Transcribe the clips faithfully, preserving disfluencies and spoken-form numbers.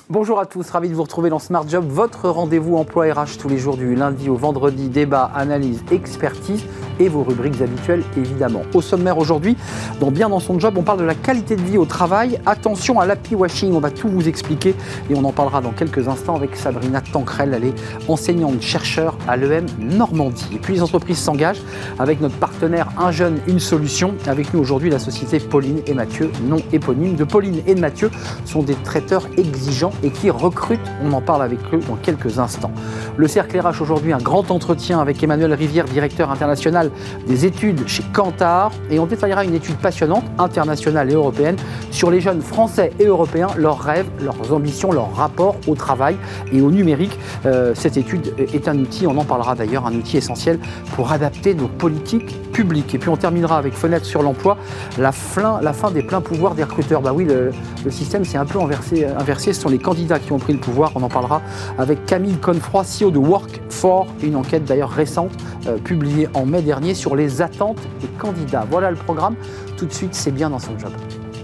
Bonjour à tous, ravi de vous retrouver dans Smart Job, votre rendez-vous emploi R H tous les jours du lundi au vendredi, débat, analyse, expertise et vos rubriques habituelles évidemment. Au sommaire aujourd'hui, dans Bien dans son job, on parle de la qualité de vie au travail. Attention à l'happy washing, on va tout vous expliquer et on en parlera dans quelques instants avec Sabrina Tancrel, elle est enseignante-chercheur à l'E M Normandie. Et puis les entreprises s'engagent avec notre partenaire Un Jeune, Une Solution. Avec nous aujourd'hui la société Pauline et Mathieu, nom éponyme de Pauline et de Mathieu, sont des traiteurs exigeants et qui recrutent, on en parle avec eux dans quelques instants. Le Cercle R H aujourd'hui, un grand entretien avec Emmanuel Rivière, directeur international des études chez Kantar, et on détaillera une étude passionnante, internationale et européenne, sur les jeunes français et européens, leurs rêves, leurs ambitions, leur rapport au travail et au numérique. Euh, cette étude est un outil, on en parlera d'ailleurs, un outil essentiel pour adapter nos politiques publiques. Et puis on terminera avec Fenêtre sur l'emploi, la fin, la fin des pleins pouvoirs des recruteurs. Bah oui, le, le système s'est un peu inversé, inversé, ce sont les candidats qui ont pris le pouvoir, on en parlera avec Camille Confroy, C E O de Work for, une enquête d'ailleurs récente, euh, publiée en mai dernier sur les attentes des candidats. Voilà le programme, tout de suite c'est Bien dans son job.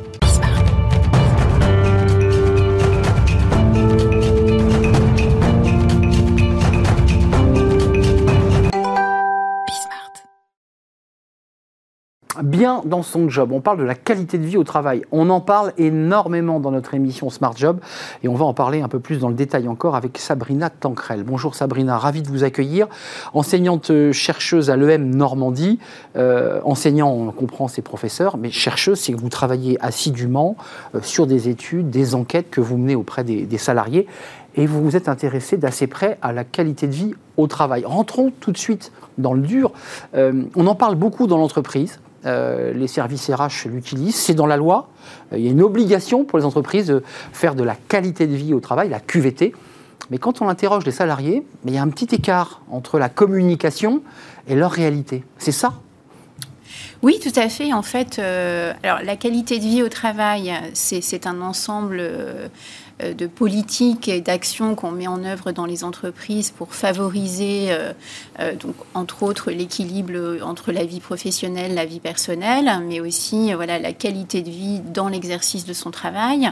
Bien dans son job, on parle de la qualité de vie au travail. On en parle énormément dans notre émission Smart Job et on va en parler un peu plus dans le détail encore avec Sabrina Tancrel. Bonjour Sabrina, ravie de vous accueillir. Enseignante chercheuse à l'E M Normandie. Euh, enseignant, on comprend, c'est professeur, mais chercheuse, c'est que vous travaillez assidûment euh, sur des études, des enquêtes que vous menez auprès des, des salariés et vous vous êtes intéressée d'assez près à la qualité de vie au travail. Rentrons tout de suite dans le dur. Euh, on en parle beaucoup dans l'entreprise. Euh, les services R H l'utilisent, c'est dans la loi. Euh, il y a une obligation pour les entreprises de faire de la qualité de vie au travail, la Q V T. Mais quand on interroge les salariés, il y a un petit écart entre la communication et leur réalité. C'est ça ? Oui, tout à fait. En fait, euh, alors, la qualité de vie au travail, c'est, c'est un ensemble euh, de politiques et d'actions qu'on met en œuvre dans les entreprises pour favoriser, euh, euh, donc, entre autres, l'équilibre entre la vie professionnelle, la vie personnelle, mais aussi euh, voilà, la qualité de vie dans l'exercice de son travail.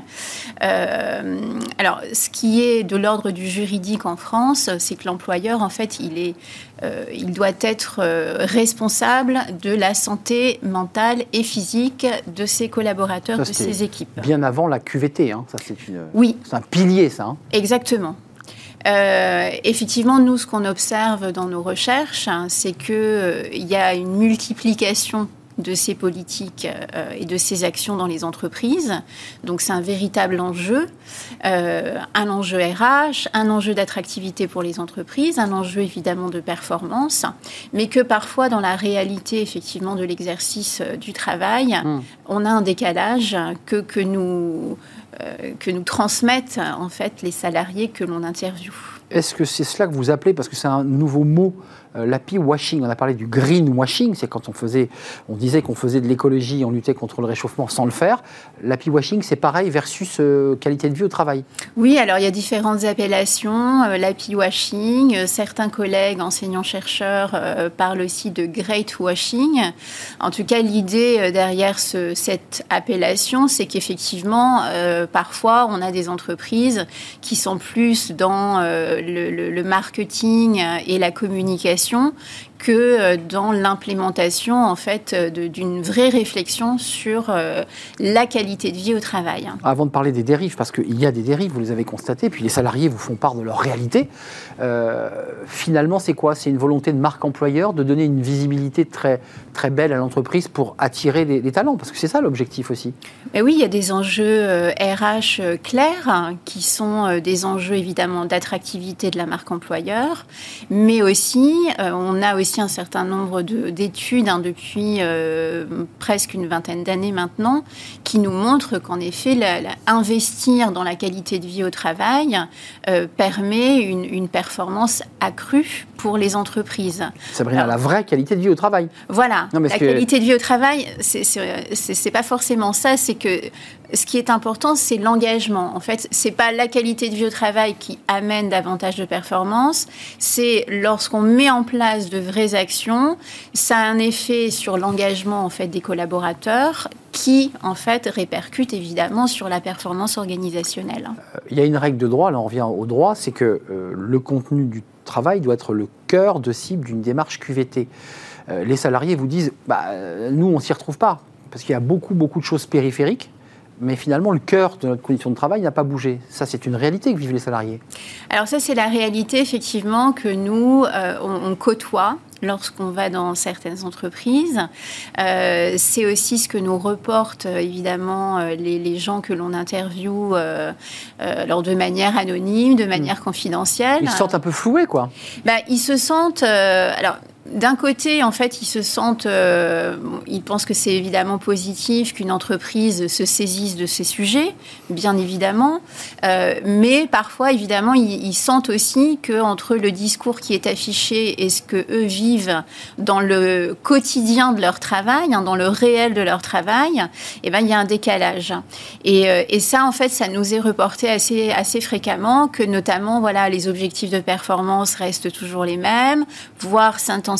Euh, alors, ce qui est de l'ordre du juridique en France, c'est que l'employeur, en fait, il est, euh, il doit être euh, responsable de la santé mentale et physique de ses collaborateurs, ça, de ses équipes. Bien avant la Q V T, hein. Ça, c'est, une, oui. c'est un pilier, ça. Hein. Exactement. Euh, effectivement, nous, ce qu'on observe dans nos recherches, hein, c'est qu'il euh, y a une multiplication de ces politiques euh, et de ces actions dans les entreprises. Donc, c'est un véritable enjeu, euh, un enjeu R H, un enjeu d'attractivité pour les entreprises, un enjeu évidemment de performance, mais que parfois, dans la réalité, effectivement, de l'exercice euh, du travail, mmh. on a un décalage que, que, nous, euh, que nous transmettent, en fait, les salariés que l'on interviewe. Est-ce que c'est cela que vous appelez, parce que c'est un nouveau mot, euh, l'happy washing, on a parlé du green washing, c'est quand on faisait, on disait qu'on faisait de l'écologie, on luttait contre le réchauffement sans le faire. L'happy washing, c'est pareil versus euh, qualité de vie au travail. Oui, alors il y a différentes appellations, euh, l'happy washing, euh, certains collègues enseignants-chercheurs euh, parlent aussi de great washing. En tout cas, l'idée euh, derrière ce, cette appellation, c'est qu'effectivement, euh, parfois, on a des entreprises qui sont plus dans euh, le, le, le marketing et la communication que dans l'implémentation en fait de, d'une vraie réflexion sur euh, la qualité de vie au travail. Avant de parler des dérives, parce qu'il y a des dérives, vous les avez constatées, puis les salariés vous font part de leur réalité, euh, finalement c'est quoi ? C'est une volonté de marque employeur de donner une visibilité très, très belle à l'entreprise pour attirer des, des talents, parce que c'est ça l'objectif aussi. Et oui, il y a des enjeux euh, R H euh, clairs, hein, qui sont euh, des enjeux évidemment d'attractivité de la marque employeur, mais aussi, euh, on a aussi un certain nombre de, d'études hein, depuis euh, presque une vingtaine d'années maintenant qui nous montrent qu'en effet, la, la, investir dans la qualité de vie au travail euh, permet une, une performance accrue pour les entreprises. Sabrina, Alors, la vraie qualité de vie au travail. Voilà, non, la que... qualité de vie au travail, c'est, c'est, c'est, c'est pas forcément ça, c'est que ce qui est important, c'est l'engagement. En fait, c'est pas la qualité de vie au travail qui amène davantage de performance, c'est lorsqu'on met en place de vraies actions, ça a un effet sur l'engagement en fait des collaborateurs qui, en fait, répercute évidemment sur la performance organisationnelle. Euh, il y a une règle de droit, là on revient au droit, c'est que euh, le contenu du travail doit être le cœur de cible d'une démarche Q V T. Euh, les salariés vous disent, bah, euh, nous on ne s'y retrouve pas, parce qu'il y a beaucoup, beaucoup de choses périphériques, mais finalement le cœur de notre condition de travail n'a pas bougé. Ça, c'est une réalité que vivent les salariés. Alors ça, c'est la réalité, effectivement, que nous, euh, on, on côtoie lorsqu'on va dans certaines entreprises. Euh, c'est aussi ce que nous reportent, euh, évidemment, euh, les, les gens que l'on interviewe euh, euh, alors de manière anonyme, de manière mmh. confidentielle. Ils se sentent un peu floués, quoi. Bah, ils se sentent... Euh, alors, d'un côté, en fait, ils se sentent... Euh, ils pensent que c'est évidemment positif qu'une entreprise se saisisse de ces sujets, bien évidemment. Euh, mais parfois, évidemment, ils, ils sentent aussi qu'entre le discours qui est affiché et ce qu'eux vivent dans le quotidien de leur travail, hein, dans le réel de leur travail, eh ben, il y a un décalage. Et, euh, et ça, en fait, ça nous est reporté assez, assez fréquemment, que notamment, voilà, les objectifs de performance restent toujours les mêmes, voire s'intensifient,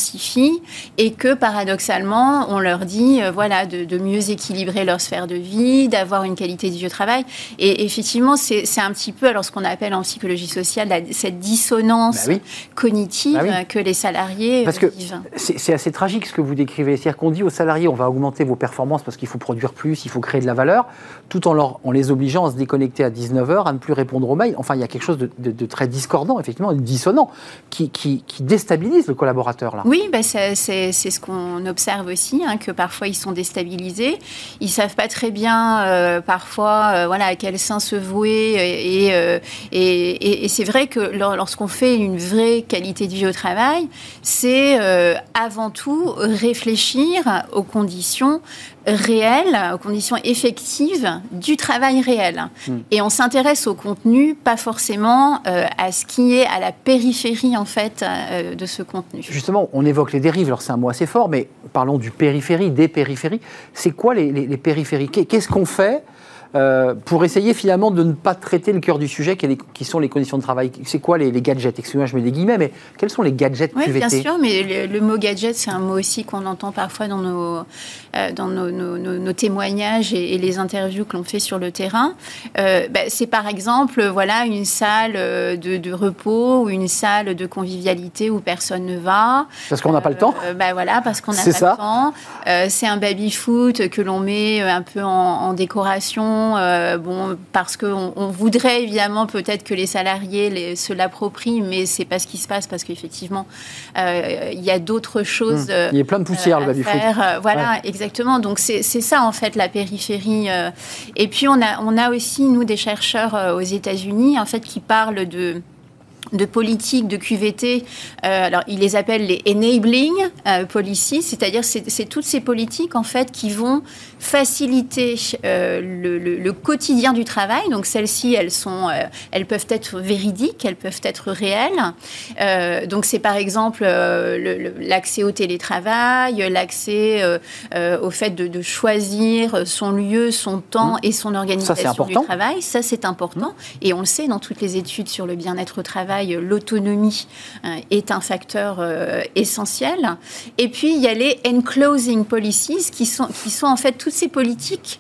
et que paradoxalement, on leur dit euh, voilà, de, de mieux équilibrer leur sphère de vie, d'avoir une qualité de vie au travail. Et effectivement, c'est, c'est un petit peu, alors ce qu'on appelle en psychologie sociale, la, cette dissonance bah oui. cognitive bah oui. que les salariés parce vivent. Que c'est, c'est assez tragique ce que vous décrivez. C'est-à-dire qu'on dit aux salariés, on va augmenter vos performances parce qu'il faut produire plus, il faut créer de la valeur, tout en, leur, en les obligeant à se déconnecter à dix-neuf heures, à ne plus répondre aux mails. Enfin, il y a quelque chose de, de, de très discordant, effectivement, de dissonant, qui, qui, qui déstabilise le collaborateur, là. Oui, bah c'est, c'est, c'est ce qu'on observe aussi, hein, que parfois ils sont déstabilisés. Ils ne savent pas très bien, euh, parfois, euh, voilà, à quel sein se vouer. Et, et, euh, et, et, et c'est vrai que lorsqu'on fait une vraie qualité de vie au travail, c'est euh, avant tout réfléchir aux conditions réelles, aux conditions effectives du travail réel. Mmh. Et on s'intéresse au contenu, pas forcément euh, à ce qui est à la périphérie, en fait, euh, de ce contenu. Justement, on évoque les dérives, alors c'est un mot assez fort, mais parlons du périphérie, des périphéries. C'est quoi les, les, les périphéries ? Qu'est-ce qu'on fait euh, pour essayer finalement de ne pas traiter le cœur du sujet qui, est les, qui sont les conditions de travail ? C'est quoi les, les gadgets ? Excusez-moi, je mets des guillemets, mais quels sont les gadgets oui, Q V T ? Oui, bien sûr, mais le, le mot gadget, c'est un mot aussi qu'on entend parfois dans nos, euh, dans nos, nos, nos, nos témoignages et, et les interviews que l'on fait sur le terrain. Euh, bah, c'est par exemple, voilà, une salle de, de repos ou une salle de convivialité où personne ne va. Parce qu'on n'a pas le temps euh, bah, voilà, parce qu'on n'a c'est pas ça. le temps. Euh, c'est un baby-foot que l'on met un peu en, en décoration. Euh, bon, parce qu'on on voudrait évidemment peut-être que les salariés les, se l'approprient, mais c'est pas ce qui se passe parce qu'effectivement euh, il y a d'autres choses. Mmh. Il y a plein de poussière euh, le baby-foot. Euh, voilà, ouais. Exactement. Donc c'est, c'est ça en fait la périphérie. Euh. Et puis on a on a aussi nous des chercheurs euh, aux États-Unis en fait qui parlent de de politique de Q V T, euh, alors ils les appellent les enabling euh, policies, c'est-à-dire c'est, c'est toutes ces politiques en fait qui vont faciliter euh, le, le, le quotidien du travail. Donc celles-ci, elles sont, euh, elles peuvent être véridiques, elles peuvent être réelles. Euh, donc c'est par exemple euh, le, le, l'accès au télétravail, l'accès euh, euh, au fait de, de choisir son lieu, son temps mmh. et son organisation du travail. Ça c'est important mmh. et on le sait dans toutes les études sur le bien-être au travail. L'autonomie euh, est un facteur euh, essentiel. Et puis, il y a les enclosing policies, qui sont, qui sont en fait toutes ces politiques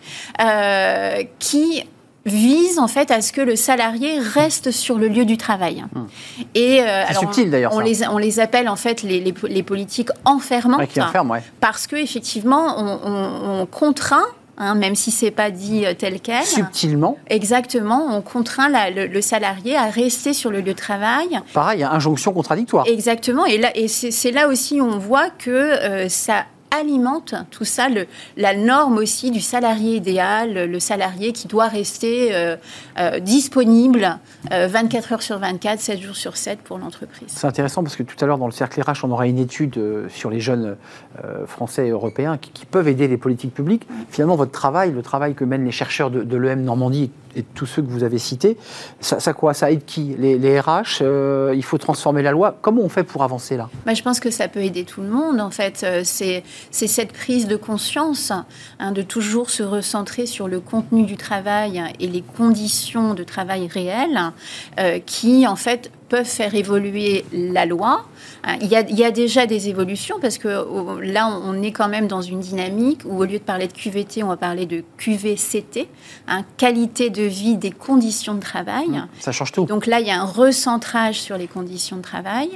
euh, qui visent en fait à ce que le salarié reste sur le lieu du travail. Mmh. Et, euh, c'est alors, subtil d'ailleurs. On, ça. Les, on les appelle en fait les, les, les politiques enfermantes. Ouais, qui enferment, ouais. Parce qu'effectivement, on, on, on contraint. Hein, même si c'est pas dit euh, tel quel. Subtilement. Exactement, on contraint la, le, le salarié à rester sur le lieu de travail. Pareil, injonction contradictoire. Exactement, et, là, et c'est, c'est là aussi où on voit que euh, ça alimente tout ça, le, la norme aussi du salarié idéal, le salarié qui doit rester euh, euh, disponible euh, vingt-quatre heures sur vingt-quatre, sept jours sur sept pour l'entreprise. C'est intéressant parce que tout à l'heure dans le cercle R H, on aura une étude euh, sur les jeunes euh, français et européens qui, qui peuvent aider les politiques publiques. Mmh. Finalement, votre travail, le travail que mènent les chercheurs de, de l'E M Normandie et tous ceux que vous avez cités, ça, ça quoi ? Ça aide qui ? les, les R H euh, il faut transformer la loi. Comment on fait pour avancer là ? Bah, je pense que ça peut aider tout le monde. En fait, euh, c'est, c'est cette prise de conscience hein, de toujours se recentrer sur le contenu du travail et les conditions de travail réelles euh, qui, en fait, peuvent faire évoluer la loi. Il y a, il y a déjà des évolutions parce que là, on est quand même dans une dynamique où au lieu de parler de Q V T, on va parler de Q V C T, hein, qualité de vie des conditions de travail. Ça change tout. Donc là, il y a un recentrage sur les conditions de travail.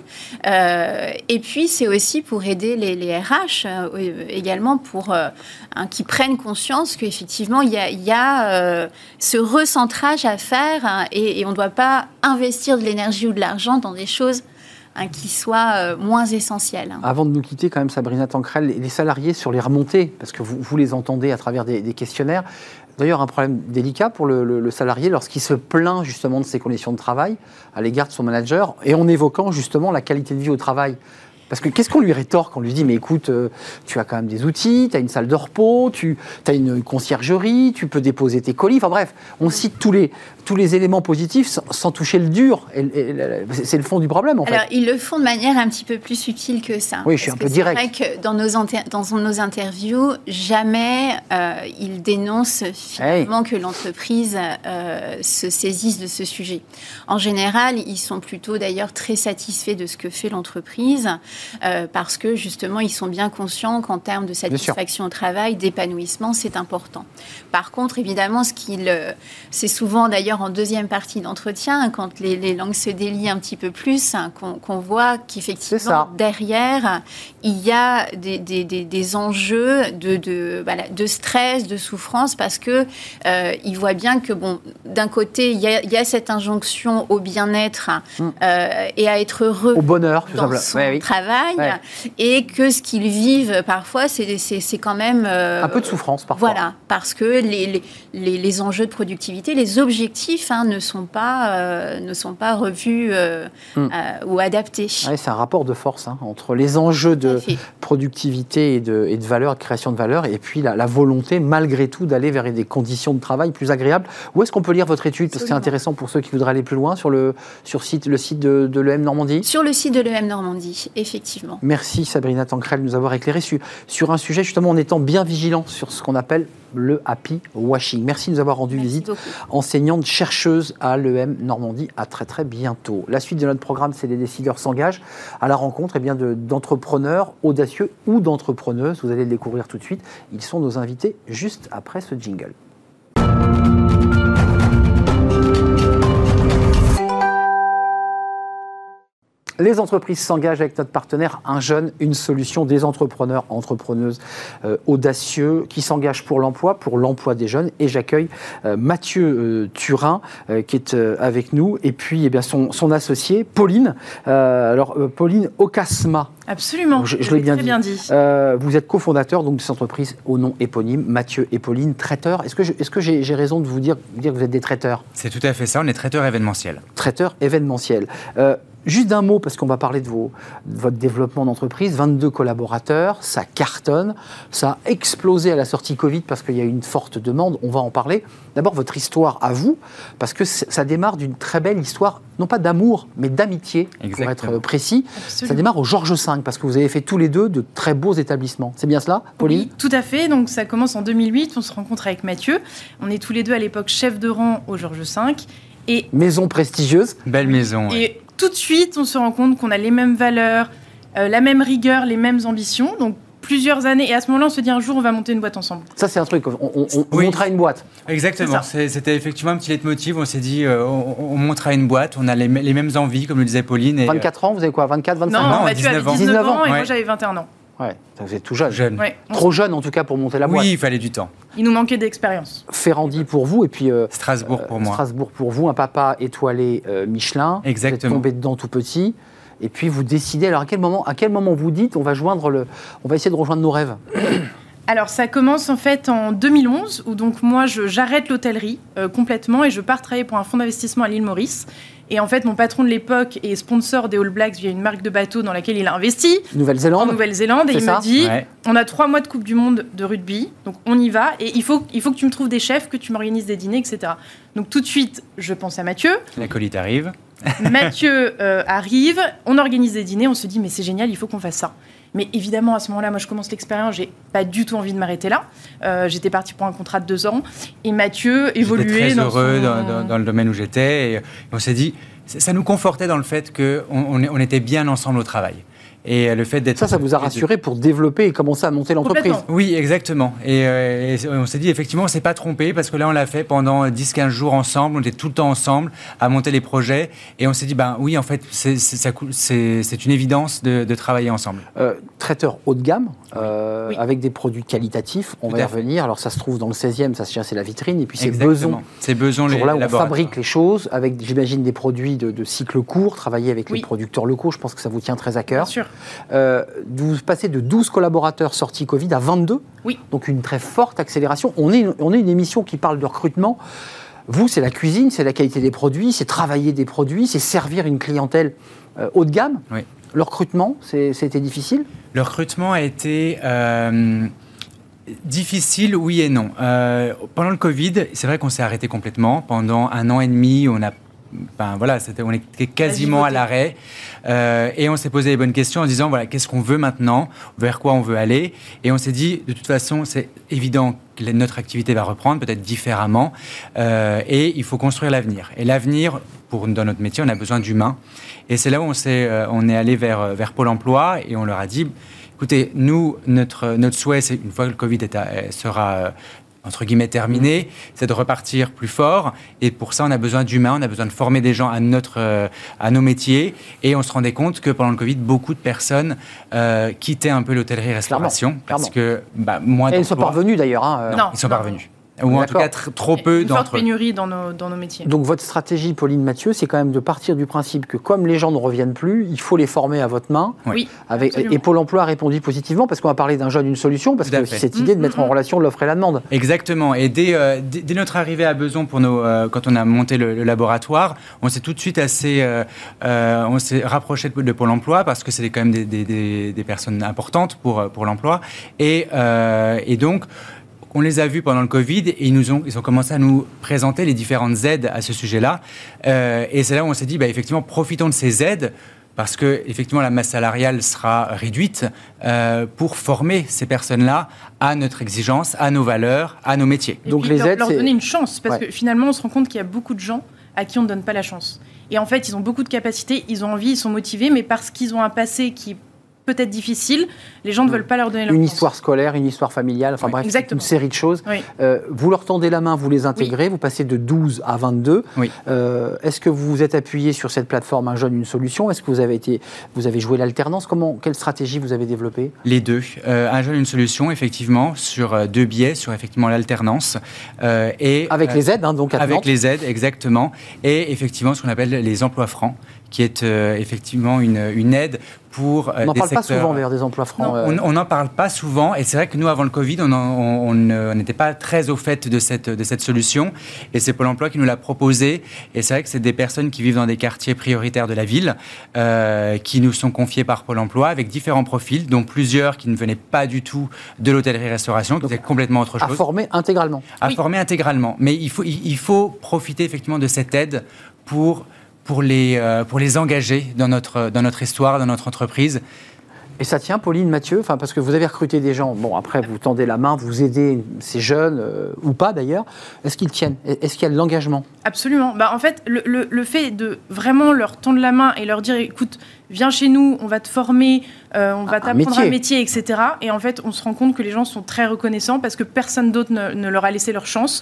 Euh, et puis, c'est aussi pour aider les, les R H euh, également pour euh, hein, qu'ils prennent conscience qu'effectivement, il y a, il y a euh, ce recentrage à faire hein, et, et on ne doit pas investir de l'énergie ou de l'argent dans des choses qui soit euh, moins essentiel. Avant de nous quitter, quand même, Sabrina Tancrel, les salariés sur les remontées, parce que vous, vous les entendez à travers des, des questionnaires, d'ailleurs un problème délicat pour le, le, le salarié lorsqu'il se plaint justement de ses conditions de travail à l'égard de son manager, et en évoquant justement la qualité de vie au travail. Parce que qu'est-ce qu'on lui rétorque? On lui dit, mais écoute, euh, tu as quand même des outils, tu as une salle de repos, tu as une conciergerie, tu peux déposer tes colis. Enfin bref, on cite tous les, tous les éléments positifs sans, sans toucher le dur. Et, et, et, c'est le fond du problème, en Alors, fait. ils le font de manière un petit peu plus subtile que ça. Oui, je suis un peu direct. C'est vrai que dans nos, inter- dans nos interviews, jamais euh, ils dénoncent finalement hey. que l'entreprise euh, se saisisse de ce sujet. En général, ils sont plutôt d'ailleurs très satisfaits de ce que fait l'entreprise. Euh, parce que justement, ils sont bien conscients qu'en termes de satisfaction au travail, d'épanouissement, c'est important. Par contre, évidemment, ce qu'il, euh, c'est souvent d'ailleurs en deuxième partie d'entretien, quand les, les langues se délient un petit peu plus, hein, qu'on, qu'on voit qu'effectivement, derrière, il y a des, des, des, des enjeux de, de, voilà, de stress, de souffrance, parce que euh, ils voient bien que, bon, d'un côté, il y a, il y a cette injonction au bien-être mmh. euh, et à être heureux au bonheur, dans son ouais, oui. travail. Ouais. Et que ce qu'ils vivent parfois, c'est, c'est, c'est quand même... Euh, un peu de souffrance parfois. Voilà, parce que les, les, les, les enjeux de productivité, les objectifs hein, ne, sont pas, euh, ne sont pas revus euh, mm. euh, ou adaptés. Ouais, c'est un rapport de force hein, entre les enjeux de productivité et de, et de valeur, de création de valeur, et puis la, la volonté, malgré tout, d'aller vers des conditions de travail plus agréables. Où est-ce qu'on peut lire votre étude? Parce que c'est intéressant pour ceux qui voudraient aller plus loin, sur le, sur site, le site de, de l'E M Normandie. Sur le site de l'E M Normandie, effectivement. Effectivement. Merci Sabrina Tancrel de nous avoir éclairé sur, sur un sujet justement en étant bien vigilant sur ce qu'on appelle le happy washing. Merci de nous avoir rendu Merci visite, beaucoup. Enseignante chercheuse à l'E M Normandie. À très très bientôt. La suite de notre programme, c'est Les décideurs s'engagent à la rencontre eh bien, de, d'entrepreneurs audacieux ou d'entrepreneuses. Vous allez le découvrir tout de suite. Ils sont nos invités juste après ce jingle. Les entreprises s'engagent avec notre partenaire Un Jeune, une solution, des entrepreneurs, entrepreneuses euh, audacieux qui s'engagent pour l'emploi, pour l'emploi des jeunes. Et j'accueille euh, Mathieu euh, Turin euh, qui est euh, avec nous et puis eh bien, son, son associé Pauline. Euh, alors euh, Pauline Ocasma. Absolument, je, je l'ai bien très dit. bien dit. Euh, vous êtes cofondateur donc, de cette entreprise au nom éponyme, Mathieu et Pauline, traiteurs. Est-ce que, je, est-ce que j'ai, j'ai raison de vous dire, vous dire que vous êtes des traiteurs? C'est tout à fait ça, on est traiteurs événementiels. Traiteurs événementiels. Euh, Juste d'un mot, parce qu'on va parler de, vos, de votre développement d'entreprise, vingt-deux collaborateurs, ça cartonne, ça a explosé à la sortie Covid parce qu'il y a eu une forte demande, on va en parler. D'abord, votre histoire à vous, parce que ça démarre d'une très belle histoire, non pas d'amour, mais d'amitié, Exactement. Pour être précis. Absolument. Ça démarre au Georges cinq, parce que vous avez fait tous les deux de très beaux établissements. C'est bien cela, Pauline? Oui, tout à fait. Donc ça commence en deux mille huit, on se rencontre avec Mathieu. On est tous les deux à l'époque chefs de rang au Georges cinq. Et maison prestigieuse. Belle maison. Et ouais. Tout de suite, on se rend compte qu'on a les mêmes valeurs, euh, la même rigueur, les mêmes ambitions. Donc, plusieurs années. Et à ce moment-là, on se dit un jour, on va monter une boîte ensemble. Ça, c'est un truc. On, on, on oui. montera une boîte. Exactement. C'est C'était effectivement un petit leitmotiv. On s'est dit, euh, on, on montera une boîte. On a les, les mêmes envies, comme le disait Pauline. Et vingt-quatre ans, vous avez quoi? vingt-quatre, vingt-cinq non, ans? Non, Mathieu avait dix-neuf ans et ouais. moi, j'avais vingt et un ans. Ouais, vous êtes tout jeune. jeune. Ouais. Trop jeune, en tout cas, pour monter la boîte. Oui, il fallait du temps. Il nous manquait d'expérience. Ferrandi pour vous, et puis... Euh, Strasbourg pour euh, moi. Strasbourg pour vous, un papa étoilé euh, Michelin. Exactement. Vous êtes tombé dedans tout petit. Et puis, vous décidez... Alors, à quel moment, à quel moment vous dites, on va, joindre le, on va essayer de rejoindre nos rêves? Alors, ça commence en fait en deux mille onze, où donc moi, je, j'arrête l'hôtellerie euh, complètement et je pars travailler pour un fonds d'investissement à l'île Maurice. Et en fait, mon patron de l'époque est sponsor des All Blacks via une marque de bateau dans laquelle il a investi. Nouvelle-Zélande. En Nouvelle-Zélande. Et il ça me dit, ouais. on a trois mois de Coupe du Monde de rugby, donc on y va. Et il faut, il faut que tu me trouves des chefs, que tu m'organises des dîners, et cetera. Donc tout de suite, je pense à Mathieu. La colite arrive. Mathieu euh, arrive, on organise des dîners, on se dit, mais c'est génial, il faut qu'on fasse ça. Mais évidemment, à ce moment-là, moi, je commence l'expérience, j'ai pas du tout envie de m'arrêter là. Euh, j'étais partie pour un contrat de deux ans. Et Mathieu évoluait j'étais très dans heureux son... dans, dans, dans le domaine où j'étais. Et on s'est dit, ça nous confortait dans le fait qu'on on, on était bien ensemble au travail. Et le fait d'être... Ça, ça vous a rassuré pour développer et commencer à monter l'entreprise. Oui, exactement. Et, euh, et on s'est dit, effectivement, on ne s'est pas trompé parce que là, on l'a fait pendant dix quinze jours ensemble. On était tout le temps ensemble à monter les projets. Et on s'est dit, ben oui, en fait, c'est, c'est, ça, c'est, c'est une évidence de, de travailler ensemble. Euh, traiteur haut de gamme, euh, oui. avec des produits qualitatifs. On tout va y revenir. Alors, ça se trouve dans le seizième, ça c'est la vitrine. Et puis, c'est Beson. C'est Beson, les là où on laboratoires. fabrique les choses, avec, j'imagine, des produits de, de cycle court, travailler avec oui. les producteurs locaux. Je pense que ça vous tient très à cœur. Bien sûr. Euh, vous passez de douze collaborateurs sortis Covid à vingt-deux. Oui. Donc une très forte accélération. On est, on est une émission qui parle de recrutement. Vous, c'est la cuisine, c'est la qualité des produits, c'est travailler des produits, c'est servir une clientèle euh, haut de gamme. Oui. Le recrutement, c'est, c'était difficile ? Le recrutement a été... Euh... difficile, oui et non. Euh, pendant le Covid, c'est vrai qu'on s'est arrêté complètement. Pendant un an et demi, on a Ben voilà, c'était, on était quasiment à l'arrêt euh, et on s'est posé les bonnes questions en disant voilà, qu'est-ce qu'on veut maintenant, vers quoi on veut aller, et on s'est dit de toute façon c'est évident que notre activité va reprendre peut-être différemment euh, et il faut construire l'avenir. Et l'avenir, pour, dans notre métier, on a besoin d'humains, et c'est là où on, s'est, euh, on est allé vers, vers Pôle emploi et on leur a dit écoutez, nous, notre, notre souhait, c'est une fois que le Covid est à, sera euh, entre guillemets terminé, c'est de repartir plus fort. Et pour ça, on a besoin d'humains, on a besoin de former des gens à, notre, euh, à nos métiers. Et on se rendait compte que pendant le Covid, beaucoup de personnes euh, quittaient un peu l'hôtellerie-restauration. Parce que, bah, moins Et ils ne sont pas revenus d'ailleurs. Hein, non, non, ils ne sont non. pas revenus. Ou en tout cas, tr- trop peu une d'entre forte pénurie dans nos, dans nos métiers. Donc votre stratégie, Pauline Mathieu, c'est quand même de partir du principe que comme les gens ne reviennent plus, il faut les former à votre main. Oui, avec, et Pôle emploi a répondu positivement, parce qu'on va parler d'un jeune, une solution, parce Tout à que fait. cette idée de mettre en relation l'offre et la demande. Exactement. Et dès, euh, dès, dès notre arrivée à Beson, pour nos, euh, quand on a monté le, le laboratoire, on s'est tout de suite assez, euh, euh, on s'est rapproché de, de Pôle emploi, parce que c'était quand même des, des, des, des personnes importantes pour, pour l'emploi. Et, euh, et donc, on les a vus pendant le Covid et ils, nous ont, ils ont commencé à nous présenter les différentes aides à ce sujet-là. Euh, et c'est là où on s'est dit, bah, effectivement, profitons de ces aides parce que effectivement, la masse salariale sera réduite euh, pour former ces personnes-là à notre exigence, à nos valeurs, à nos métiers. Et Donc puis les leur, aides, leur c'est... donner une chance, parce Ouais. que finalement, on se rend compte qu'il y a beaucoup de gens à qui on ne donne pas la chance. Et en fait, ils ont beaucoup de capacités, ils ont envie, ils sont motivés, mais parce qu'ils ont un passé qui est peut-être difficile, les gens ne veulent pas leur donner leur Une chance. histoire scolaire, une histoire familiale, enfin Oui, bref, exactement. une série de choses. Oui. Euh, vous leur tendez la main, vous les intégrez, vous passez de douze à vingt-deux. Oui. Euh, est-ce que vous vous êtes appuyé sur cette plateforme Un jeune, une solution ? Est-ce que vous avez, été, vous avez joué l'alternance ? Comment, quelle stratégie vous avez développée ? Les deux. Euh, un jeune, une solution, effectivement, sur euh, deux biais, sur effectivement l'alternance. Euh, et, Avec euh, les aides, hein, donc à Avec Nantes. les aides, exactement. Et effectivement, ce qu'on appelle les emplois francs, qui est euh, effectivement une, une aide pour euh, On n'en des parle pas secteurs... souvent d'ailleurs des emplois francs. Non, euh, on n'en parle pas souvent, et c'est vrai que nous, avant le Covid, on on n'était pas très au fait de cette, de cette solution, et c'est Pôle emploi qui nous l'a proposé, et c'est vrai que c'est des personnes qui vivent dans des quartiers prioritaires de la ville, euh, qui nous sont confiées par Pôle emploi, avec différents profils, dont plusieurs qui ne venaient pas du tout de l'hôtellerie-restauration, qui étaient complètement autre à chose. former intégralement. À Oui. former intégralement. Mais il faut, il, il faut profiter effectivement de cette aide pour... Pour les, euh, pour les engager dans notre, dans notre histoire, dans notre entreprise. Et ça tient, Pauline Mathieu, enfin, parce que vous avez recruté des gens, bon après vous tendez la main, vous aidez ces jeunes, euh, ou pas d'ailleurs, est-ce qu'ils tiennent ? Est-ce qu'il y a de l'engagement ? Absolument. Bah, en fait, le, le, le fait de vraiment leur tendre la main et leur dire, écoute, viens chez nous, on va te former, euh, on va Un t'apprendre métier. un métier, et cetera. Et en fait, on se rend compte que les gens sont très reconnaissants parce que personne d'autre ne, ne leur a laissé leur chance.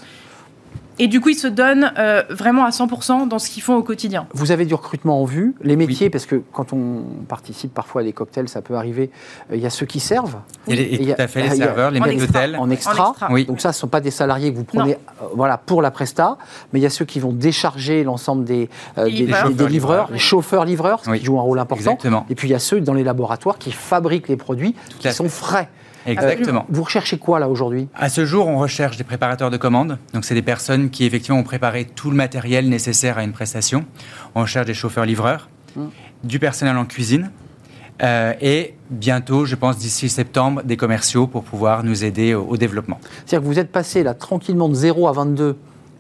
Et du coup, ils se donnent euh, vraiment à cent pour cent dans ce qu'ils font au quotidien. Vous avez du recrutement en vue, les métiers, Oui. parce que quand on participe parfois à des cocktails, ça peut arriver, euh, il y a ceux qui servent. Et, les- et Et il y a- tout à fait, les il y a- serveurs, les en maîtres extra. d'hôtel. En extra. En extra. Oui. Donc ça, ce ne sont pas des salariés que vous prenez euh, voilà, pour la presta, mais il y a ceux qui vont décharger l'ensemble des, euh, Les des, livreurs. des- des livreurs, Oui. les chauffeurs-livreurs, ce Oui. qui joue un rôle important. Exactement. Et puis il y a ceux dans les laboratoires qui fabriquent les produits, qui à sont frais. Exactement. Vous recherchez quoi là aujourd'hui ? À ce jour, on recherche des préparateurs de commandes. Donc, c'est des personnes qui, effectivement, ont préparé tout le matériel nécessaire à une prestation. On recherche des chauffeurs-livreurs, Mmh. du personnel en cuisine euh, et bientôt, je pense, d'ici septembre, des commerciaux pour pouvoir nous aider au, au développement. C'est-à-dire que vous êtes passé là tranquillement de zéro à vingt-deux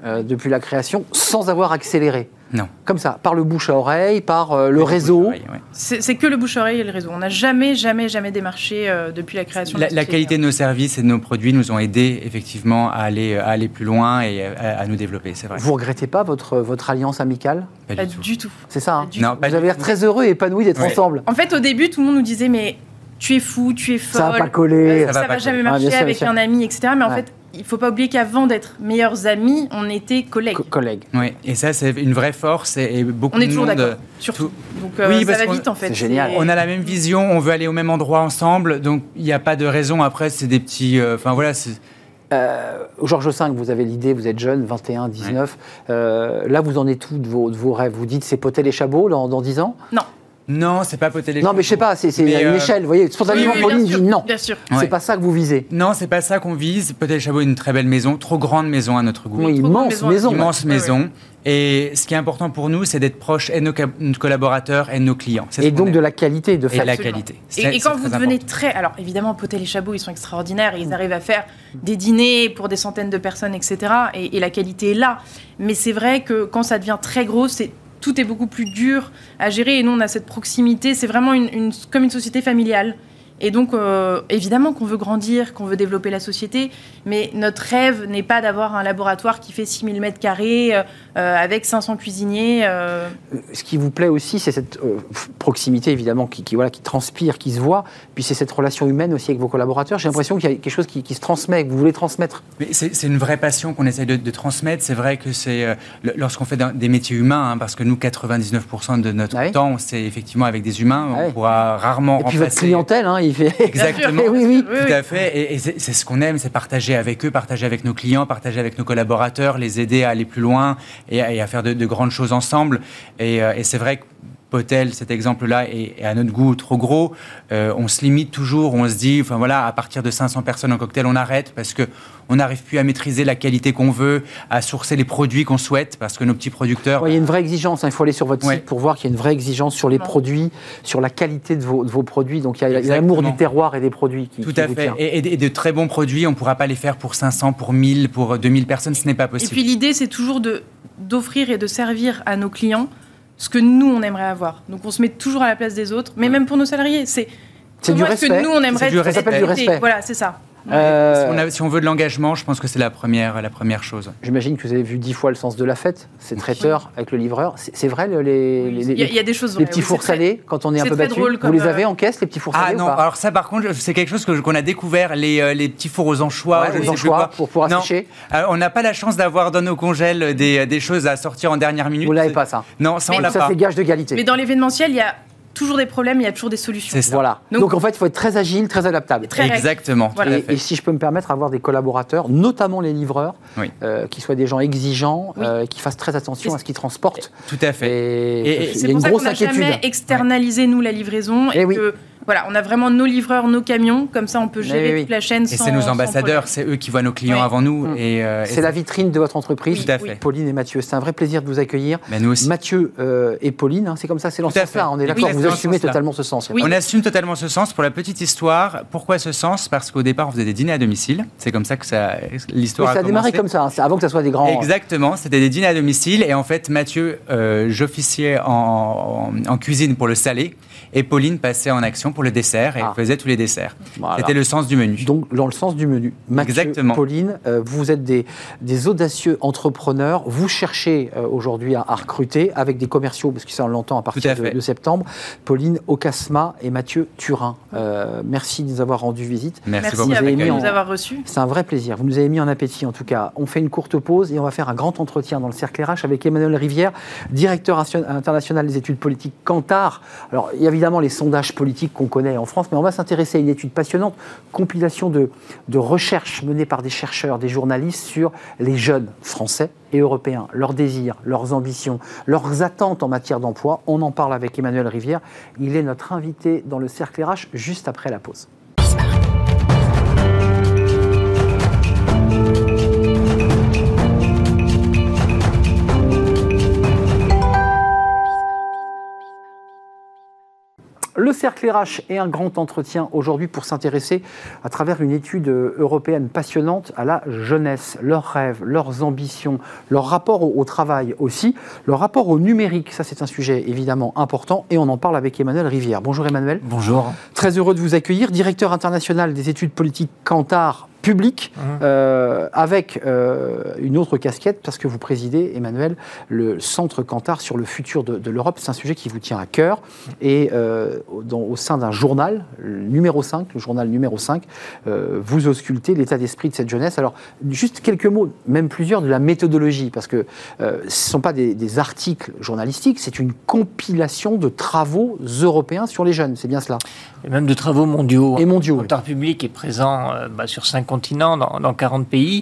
euh, depuis la création, sans avoir accéléré. Non. Comme ça, par le bouche à oreille, par euh, le réseau. Oreille, ouais. C'est, c'est que le bouche-oreille et le réseau. On n'a jamais, jamais, jamais démarché euh, depuis la création. La, de la société. qualité de nos services et de nos produits nous ont aidés effectivement à aller, à aller plus loin et à, à nous développer, c'est vrai. Vous regrettez pas votre, votre alliance amicale? Pas, Pas du tout. du tout. C'est ça, hein Pas du Non, tout. pas Vous du avez l'air tout. très heureux et épanoui d'être Ouais. ensemble. En fait, au début, tout le monde nous disait, mais tu es fou, tu es folle. Ça va pas coller. Ça, Ça va va pas jamais coller. Ah, marcher bien sûr, avec bien sûr. un ami, et cetera. Mais en Ouais. fait, il faut pas oublier qu'avant d'être meilleurs amis, on était collègues. Co- collègues. Oui, et ça c'est une vraie force et, et beaucoup On est de toujours monde. d'accord, surtout. Donc euh, Oui, ça parce va qu'on- vite en fait. c'est génial. On a la même vision, on veut aller au même endroit ensemble, donc il n'y a pas de raison. Après, c'est des petits. euh, Enfin voilà, c'est. Euh, Georges V, vous avez l'idée, vous êtes jeune, vingt et un, dix-neuf. Euh, là, vous en êtes où de vos, de vos rêves? Vous dites c'est Potel et Chabot dans, dans dix ans? Non. Non, c'est pas poter les Non, mais je sais pas, c'est c'est Mais, à une euh, échelle. Vous voyez, spontanément, Oui, oui, Pauline bien dit sûr, non. Bien sûr. Ouais. C'est pas ça que vous visez. Non, c'est pas ça qu'on vise. Potel Chabot est une très belle maison, trop grande maison à notre goût. Oui, trop grande immense maison. maison. Immense Ouais, ouais. maison. Et ce qui est important pour nous, c'est d'être proche et de nos ca- nos collaborateurs et de nos clients. C'est ce Et qu'on donc aime. de la qualité, de Et fait. la Absolument. qualité. Et, C'est- et quand c'est vous très devenez important. très... Alors évidemment, Potel et Chabot, ils sont extraordinaires. Ils arrivent à faire des dîners pour des centaines de personnes, et cetera. Et, et la qualité est là. Mais c'est vrai que quand ça devient très gros, c'est... tout est beaucoup plus dur à gérer. Et nous, on a cette proximité. C'est vraiment une, une- comme une société familiale. Et donc, euh, évidemment qu'on veut grandir, qu'on veut développer la société, mais notre rêve n'est pas d'avoir un laboratoire qui fait six mille mètres carrés euh, avec cinq cents cuisiniers. euh, Ce qui vous plaît aussi, c'est cette euh, proximité, évidemment, qui, qui, voilà, qui transpire, qui se voit. Puis c'est cette relation humaine aussi avec vos collaborateurs. J'ai l'impression qu'il y a quelque chose qui, qui se transmet, que vous voulez transmettre. Mais c'est c'est une vraie passion qu'on essaie de, de transmettre. C'est vrai que c'est euh, le- lorsqu'on fait d'un- des métiers humains, hein, parce que nous, quatre-vingt-dix-neuf pour cent de notre Ah oui. temps, c'est effectivement avec des humains. Ah on oui. pourra rarement Et puis remplacer. votre clientèle, hein, il fait. Exactement. Eh oui, oui. Tout à fait. Et, et c'est c'est ce qu'on aime, c'est partager avec eux, partager avec nos clients, partager avec nos collaborateurs, les aider à aller plus loin et à, et à faire de, de grandes choses ensemble. Et, euh, et c'est vrai que Potel, cet exemple-là, est, est à notre goût trop gros. Euh, on se limite toujours, on se dit, enfin voilà, à partir de cinq cents personnes en cocktail, on arrête parce que on n'arrive plus à maîtriser la qualité qu'on veut, à sourcer les produits qu'on souhaite, parce que nos petits producteurs. Ouais, il y a une vraie exigence, hein. Il faut aller sur votre Ouais. site pour voir qu'il y a une vraie exigence sur les Non. produits, sur la qualité de vos, de vos produits. Donc il y a, il y a l'amour Exactement. du terroir et des produits qui, Tout qui à vous fait. tient. Et, et- et de très bons produits, on ne pourra pas les faire pour cinq cents, pour mille, pour deux mille personnes, ce n'est pas Et possible. puis l'idée, c'est toujours de, d'offrir et de servir à nos clients ce que nous, on aimerait avoir. Donc on se met toujours à la place des autres, mais même pour nos salariés. C'est, C'est du comment est-ce respect. que nous, on aimerait C'est du être respect. Ça s'appelle du traités. respect. Voilà, c'est ça. Euh, Si on, a- si on veut de l'engagement, je pense que c'est la première, la première chose. J'imagine que vous avez vu dix fois le sens de la fête, ces traiteurs avec le livreur. C'est c'est vrai, le- les, les, Il y, a- il y a des choses les vraies, petits oui, fours c'est très- salés, quand on est un c'est peu très battu, drôle vous comme, les euh, avez en caisse, les petits fours Ah salés non, ou pas? alors ça par contre, c'est quelque chose que- qu'on a découvert, les, euh, les petits fours aux anchois. Ouais, je ne aux sais plus anchois, quoi. pour pouvoir Non. assécher. Alors, on n'a pas la chance d'avoir dans nos congèles des, des choses à sortir en dernière minute. Vous l'avez pas, ça. Non, ça on Mais l'a Ça, pas. c'est gage de qualité. Mais dans l'événementiel, il y a toujours des problèmes, il y a toujours des solutions. C'est ça. Voilà. Donc, Donc- en fait, il faut être très agile, très adaptable. Très réactif. Exactement. Voilà. tout à Et, fait. et si je peux me permettre, avoir des collaborateurs, notamment les livreurs, Oui. euh, qui soient des gens exigeants, Oui. euh, qui fassent très attention Et à ce qu'ils transportent. Tout à fait. Et, Et- et il y C'est a pour une ça grosse qu'on n'a inquiétude. jamais externalisé, nous, la livraison. Eh Et, oui. que, voilà, on a vraiment nos livreurs, nos camions. Comme ça, on peut gérer Eh oui. toute la chaîne Et sans c'est nos sans ambassadeurs, problème. c'est eux qui voient nos clients Oui. avant nous. Mm. Et, euh, et C'est la vitrine de votre entreprise. Tout à fait. Pauline et Mathieu, c'est un vrai plaisir de vous accueillir. Mais nous aussi. Mathieu euh, et Pauline, hein, c'est comme ça, c'est dans ce Tout à sens-là. fait. On est d'accord, Oui, vous c'est dans ce assumez sens-là. totalement ce sens. Oui. On assume totalement ce sens. Pour la petite histoire, pourquoi ce sens? Parce qu'au départ, on faisait des dîners à domicile. C'est comme ça que ça, l'histoire Oui, a ça a démarré commencé. comme ça, hein, c'est avant que ça soit des grands. Exactement, c'était des dîners à domicile. Et en fait, Mathieu, euh, j'officiais en, en, en cuisine pour le salé. Et Pauline passait en action pour le dessert et Ah. faisait tous les desserts. Voilà. C'était le sens du menu. Donc, dans le sens du menu. Mathieu, Exactement. Pauline, euh, vous êtes des, des audacieux entrepreneurs. Vous cherchez euh, aujourd'hui à, à recruter avec des commerciaux, parce que ça, on l'entend à partir à de, fait. de septembre. Pauline Ocasma et Mathieu Turin. Euh, merci de nous avoir rendu visite. Merci, Merci pour à votre vous de mis accueil. en- nous avoir reçus. C'est un vrai plaisir. Vous nous avez mis en appétit, en tout cas. On fait une courte pause et on va faire un grand entretien dans le Cercle R H avec Emmanuel Rivière, directeur international des études politiques Kantar. Alors, il y a évidemment les sondages politiques qu'on connaît en France, mais on va s'intéresser à une étude passionnante, compilation de, de recherches menées par des chercheurs, des journalistes sur les jeunes français et européens, leurs désirs, leurs ambitions, leurs attentes en matière d'emploi. On en parle avec Emmanuel Rivière. Il est notre invité dans le Cercle R H juste après la pause. Le Cercle R H et un grand entretien aujourd'hui pour s'intéresser à travers une étude européenne passionnante à la jeunesse, leurs rêves, leurs ambitions, leur rapport au, au travail aussi, leur rapport au numérique. Ça, c'est un sujet évidemment important et on en parle avec Emmanuel Rivière. Bonjour Emmanuel. Bonjour. Très heureux de vous accueillir, directeur international des études politiques Kantar public, mmh. euh, avec euh, une autre casquette, parce que vous présidez, Emmanuel, le centre Kantar sur le futur de, de l'Europe. C'est un sujet qui vous tient à cœur. Et euh, dans, au sein d'un journal, le numéro cinq, le journal numéro cinq, euh, vous auscultez l'état d'esprit de cette jeunesse. Alors, juste quelques mots, même plusieurs, de la méthodologie, parce que euh, ce ne sont pas des, des articles journalistiques, c'est une compilation de travaux européens sur les jeunes. C'est bien cela? Et même de travaux mondiaux. Et mondiaux. Kantar public est présent euh, bah, sur cinq continents, dans, dans quarante pays,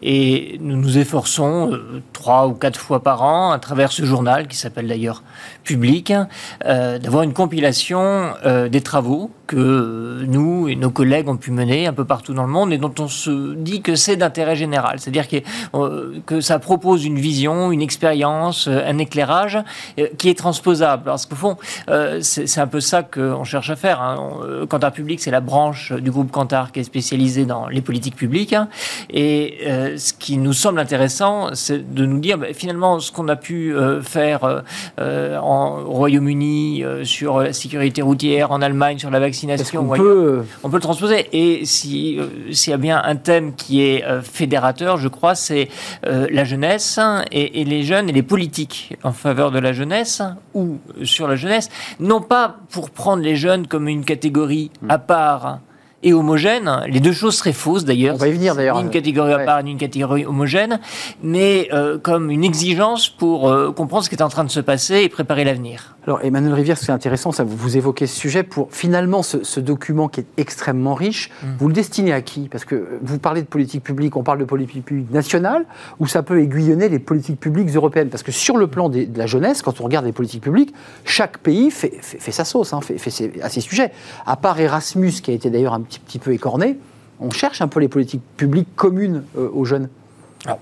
et nous nous efforçons euh, trois ou quatre fois par an, à travers ce journal, qui s'appelle d'ailleurs Public, euh, d'avoir une compilation euh, des travaux que euh, nous et nos collègues ont pu mener un peu partout dans le monde, et dont on se dit que c'est d'intérêt général. C'est-à-dire que, euh, que ça propose une vision, une expérience, euh, un éclairage euh, qui est transposable. Parce qu'au fond, euh, c'est, c'est un peu ça qu'on cherche à faire. Hein. Kantar Public, c'est la branche du groupe Kantar qui est spécialisée dans les politiques publiques. Hein. Et euh, ce qui nous semble intéressant, c'est de nous dire, bah, finalement, ce qu'on a pu euh, faire euh, en, au Royaume-Uni euh, sur la sécurité routière, en Allemagne sur la vaccination, on, peut... on peut le transposer. Et si, euh, s'il y a bien un thème qui est euh, fédérateur, je crois, c'est euh, la jeunesse et, et les jeunes et les politiques en faveur de la jeunesse ou sur la jeunesse, non pas pour prendre les jeunes comme une catégorie à part et homogène. Les deux choses seraient fausses d'ailleurs. On va y venir d'ailleurs. Ni une catégorie à part, ni une catégorie homogène, mais euh, comme une exigence pour euh, comprendre ce qui est en train de se passer et préparer l'avenir. Alors Emmanuel Rivière, c'est intéressant, ça, vous, vous évoquez ce sujet pour finalement ce, ce document qui est extrêmement riche, mmh. vous le destinez à qui? Parce que vous parlez de politique publique, on parle de politique publique nationale, ou ça peut aiguillonner les politiques publiques européennes? Parce que sur le plan des, de la jeunesse, quand on regarde les politiques publiques, chaque pays fait, fait, fait sa sauce, hein, fait, fait ses, à ses sujets. À part Erasmus, qui a été d'ailleurs un petit, petit peu écorné, on cherche un peu les politiques publiques communes euh, aux jeunes. Alors,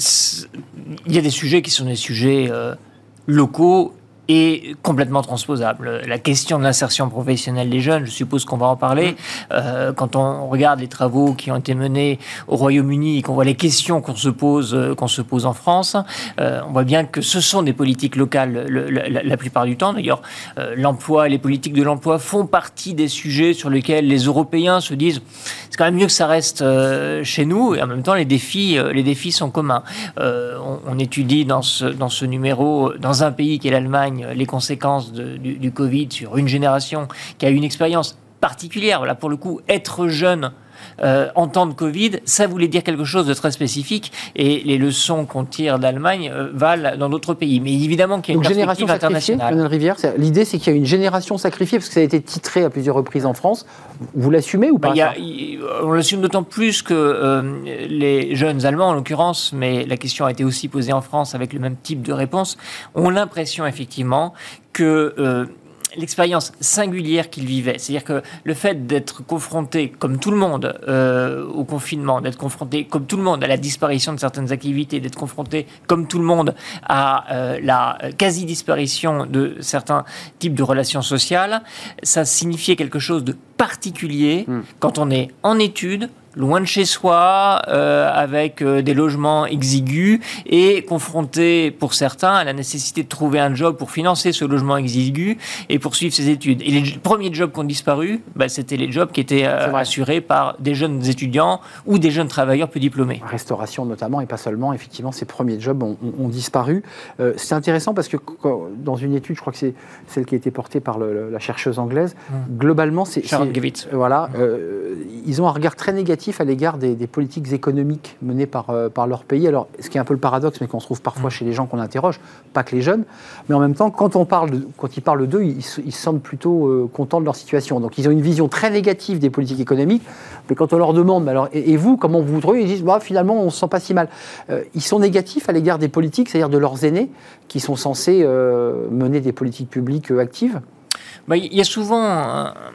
il y a des sujets qui sont des sujets euh, locaux et complètement transposable. La question de l'insertion professionnelle des jeunes, je suppose qu'on va en parler. Euh, quand on regarde les travaux qui ont été menés au Royaume-Uni et qu'on voit les questions qu'on se pose, euh, qu'on se pose en France, euh, on voit bien que ce sont des politiques locales le, la, la plupart du temps. D'ailleurs, euh, l'emploi et les politiques de l'emploi font partie des sujets sur lesquels les Européens se disent c'est quand même mieux que ça reste euh, chez nous. Et en même temps, les défis, euh, les défis sont communs. Euh, on, on étudie dans ce, dans ce numéro, dans un pays qui est l'Allemagne, les conséquences de, du, du Covid sur une génération qui a eu une expérience particulière. Là, pour le coup, être jeune euh, en temps de Covid, ça voulait dire quelque chose de très spécifique, et les leçons qu'on tire d'Allemagne euh, valent dans d'autres pays. Mais évidemment qu'il y a une Donc, perspective internationale. Emmanuel Rivière, c'est, l'idée, c'est qu'il y a une génération sacrifiée, parce que ça a été titré à plusieurs reprises en France. Vous l'assumez ou pas? bah, y a, y, On l'assume d'autant plus que euh, les jeunes Allemands, en l'occurrence, mais la question a été aussi posée en France avec le même type de réponse, ont l'impression effectivement que euh, l'expérience singulière qu'ils vivaient, c'est-à-dire que le fait d'être confronté, comme tout le monde, euh, au confinement, d'être confronté, comme tout le monde, à la disparition de certaines activités, d'être confronté, comme tout le monde, à euh, la quasi-disparition de certains types de relations sociales, ça signifiait quelque chose de particulier mmh. quand on est en études, loin de chez soi, euh, avec euh, des logements exigus, et confronté pour certains à la nécessité de trouver un job pour financer ce logement exigu et poursuivre ses études. Et les premiers jobs qui ont disparu, bah, c'était les jobs qui étaient euh, assurés par des jeunes étudiants ou des jeunes travailleurs peu diplômés. Restauration notamment, et pas seulement, effectivement, ces premiers jobs ont, ont, ont disparu. Euh, c'est intéressant parce que quand, dans une étude, je crois que c'est celle qui a été portée par le, la chercheuse anglaise, mmh. globalement, c'est... Sharon Givitz. Voilà, euh, ils ont un regard très négatif à l'égard des, des politiques économiques menées par, euh, par leur pays. Alors, ce qui est un peu le paradoxe, mais qu'on se trouve parfois mmh. chez les gens qu'on interroge, pas que les jeunes, mais en même temps, quand, on parle de, quand ils parlent d'eux, ils, ils semblent plutôt euh, contents de leur situation. Donc, ils ont une vision très négative des politiques économiques, mais quand on leur demande, alors, et, et vous, comment vous vous trouvez, ils disent, bah, finalement, on ne se sent pas si mal. Euh, ils sont négatifs à l'égard des politiques, c'est-à-dire de leurs aînés, qui sont censés euh, mener des politiques publiques euh, actives. Bah, y a souvent... Euh...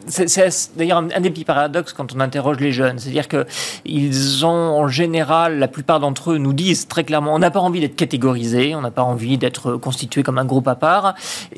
c'est, c'est d'ailleurs un, un des petits paradoxes quand on interroge les jeunes. C'est-à-dire qu'ils ont, en général, la plupart d'entre eux nous disent très clairement, on n'a pas envie d'être catégorisé, on n'a pas envie d'être constitué comme un groupe à part.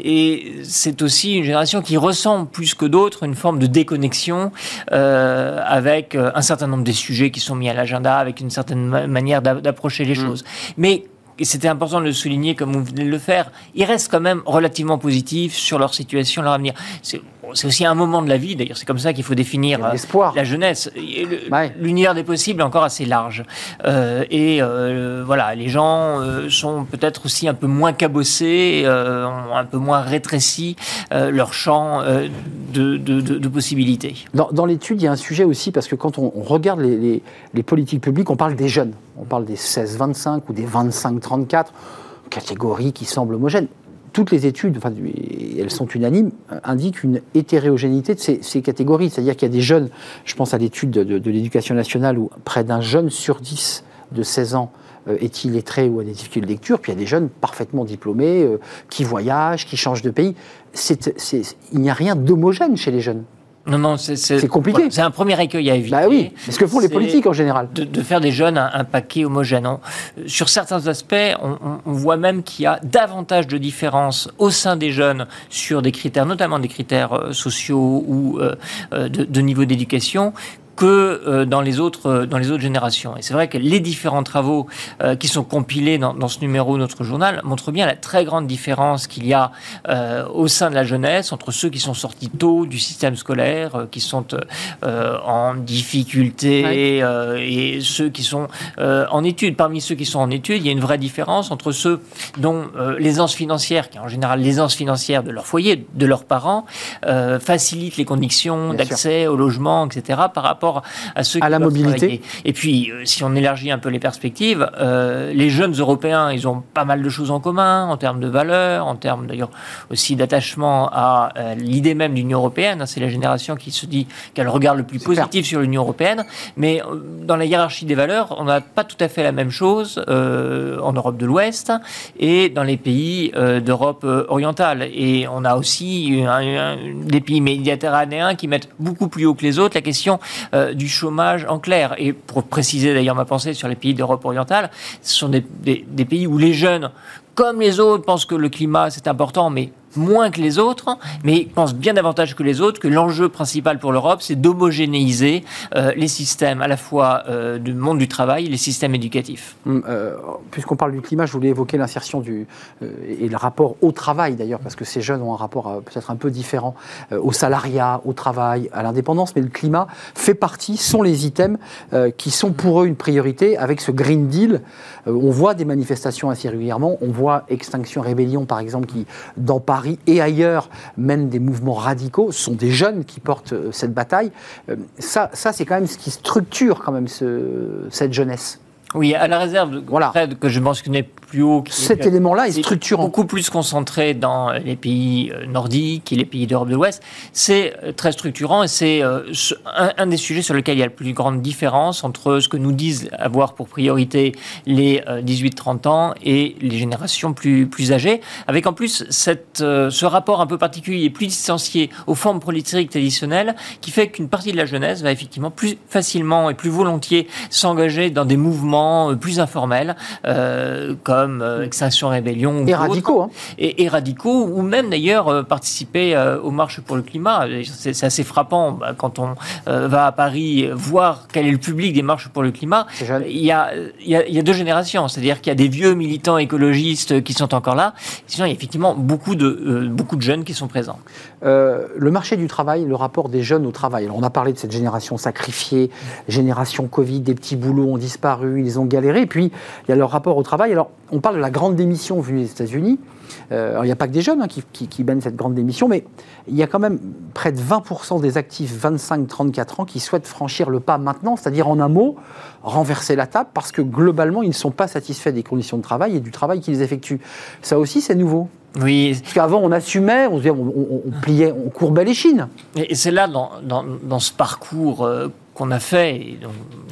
Et c'est aussi une génération qui ressent plus que d'autres une forme de déconnexion euh, avec un certain nombre des sujets qui sont mis à l'agenda, avec une certaine ma- manière d'a- d'approcher les mmh. choses. Mais et c'était important de le souligner comme vous venez de le faire, ils restent quand même relativement positifs sur leur situation, leur avenir. C'est, c'est aussi un moment de la vie, d'ailleurs, c'est comme ça qu'il faut définir la jeunesse. Le, ouais. L'univers des possibles est encore assez large. Euh, et euh, voilà, les gens euh, sont peut-être aussi un peu moins cabossés, euh, ont un peu moins rétréci euh, leur champ euh, de, de, de, de possibilités. Dans, dans l'étude, il y a un sujet aussi, parce que quand on, on regarde les, les, les politiques publiques, on parle des jeunes. On parle des seize vingt-cinq ou des vingt-cinq trente-quatre, catégories qui semblent homogènes. Toutes les études, enfin, elles sont unanimes, indiquent une hétérogénéité de ces, ces catégories. C'est-à-dire qu'il y a des jeunes, je pense à l'étude de, de, de l'éducation nationale, où près d'un jeune sur dix de seize ans euh, est illettré ou a des difficultés de lecture, puis il y a des jeunes parfaitement diplômés, euh, qui voyagent, qui changent de pays. C'est, c'est, il n'y a rien d'homogène chez les jeunes. Non, non, c'est, c'est, c'est compliqué. Voilà, c'est un premier écueil à éviter. Bah oui, c'est ce que font les politiques en général. De, de faire des jeunes un, un paquet homogène. On, sur certains aspects, on, on, on voit même qu'il y a davantage de différences au sein des jeunes sur des critères, notamment des critères euh, sociaux ou euh, de, de niveau d'éducation, que euh, dans les autres euh, dans les autres générations. Et c'est vrai que les différents travaux euh, qui sont compilés dans, dans ce numéro de notre journal montrent bien la très grande différence qu'il y a euh, au sein de la jeunesse entre ceux qui sont sortis tôt du système scolaire, euh, qui sont euh, en difficulté ouais. euh, et ceux qui sont euh, en études. Parmi ceux qui sont en études, il y a une vraie différence entre ceux dont euh, l'aisance financière, qui est en général l'aisance financière de leur foyer, de leurs parents, euh, facilite les conditions bien d'accès sûr. Au logement, et cetera, par rapport à ceux qui à la mobilité. Travailler. Et puis, euh, si on élargit un peu les perspectives, euh, les jeunes Européens, ils ont pas mal de choses en commun en termes de valeurs, en termes d'ailleurs aussi d'attachement à euh, l'idée même de l'Union européenne. C'est la génération qui se dit qu'elle regarde le plus C'est positif clair. Sur l'Union européenne. Mais euh, dans la hiérarchie des valeurs, on n'a pas tout à fait la même chose euh, en Europe de l'Ouest et dans les pays euh, d'Europe euh, orientale. Et on a aussi un, un, des pays méditerranéens qui mettent beaucoup plus haut que les autres la question Euh, du chômage en clair. Et pour préciser d'ailleurs ma pensée sur les pays d'Europe orientale, ce sont des, des, des pays où les jeunes, comme les autres, pensent que le climat c'est important, mais moins que les autres, mais ils pensent bien davantage que les autres que l'enjeu principal pour l'Europe, c'est d'homogénéiser euh, les systèmes à la fois euh, du monde du travail et les systèmes éducatifs. Hum, euh, puisqu'on parle du climat, je voulais évoquer l'insertion du, euh, et le rapport au travail d'ailleurs, parce que ces jeunes ont un rapport euh, peut-être un peu différent euh, au salariat, au travail, à l'indépendance, mais le climat fait partie, sont les items euh, qui sont pour eux une priorité avec ce Green Deal. Euh, on voit des manifestations assez régulièrement, on voit Extinction Rébellion par exemple qui, dans Paris, et ailleurs, mènent des mouvements radicaux. Ce sont des jeunes qui portent euh, cette bataille. Euh, ça, ça, c'est quand même ce qui structure quand même ce, cette jeunesse. Oui, à la réserve de, voilà. que je mentionnais plus haut. Cet est, élément-là est structurant. Beaucoup plus concentré dans les pays nordiques et les pays d'Europe de l'Ouest. C'est très structurant et c'est un, un des sujets sur lesquels il y a la plus grande différence entre ce que nous disent avoir pour priorité les dix-huit trente ans et les générations plus, plus âgées. Avec en plus cette, ce rapport un peu particulier, plus distancié aux formes politiques traditionnelles qui fait qu'une partie de la jeunesse va effectivement plus facilement et plus volontiers s'engager dans des mouvements plus informels, euh, comme euh, Extinction Rébellion. Et radicaux. Hein. Et, et radicaux, ou même d'ailleurs euh, participer euh, aux marches pour le climat. C'est, c'est assez frappant bah, quand on euh, va à Paris voir quel est le public des marches pour le climat. Il y a, il y a, il y a deux générations, c'est-à-dire qu'il y a des vieux militants écologistes qui sont encore là. Sinon, il y a effectivement beaucoup de, euh, beaucoup de jeunes qui sont présents. Euh, le marché du travail, le rapport des jeunes au travail. Alors, on a parlé de cette génération sacrifiée, génération Covid, des petits boulots ont disparu, ils ont galéré. Et puis, il y a leur rapport au travail. Alors, on parle de la grande démission vue des États-Unis. Euh, alors, il n'y a pas que des jeunes hein, qui, qui, qui mènent cette grande démission, mais il y a quand même près de vingt pour cent des actifs vingt-cinq trente-quatre ans qui souhaitent franchir le pas maintenant, c'est-à-dire en un mot, renverser la table, parce que globalement, ils ne sont pas satisfaits des conditions de travail et du travail qu'ils effectuent. Ça aussi, c'est nouveau. Oui. Parce qu'avant, on assumait, on, on, on, on pliait, on courbait les chines. Et c'est là, dans, dans, dans ce parcours euh, qu'on a fait, et dont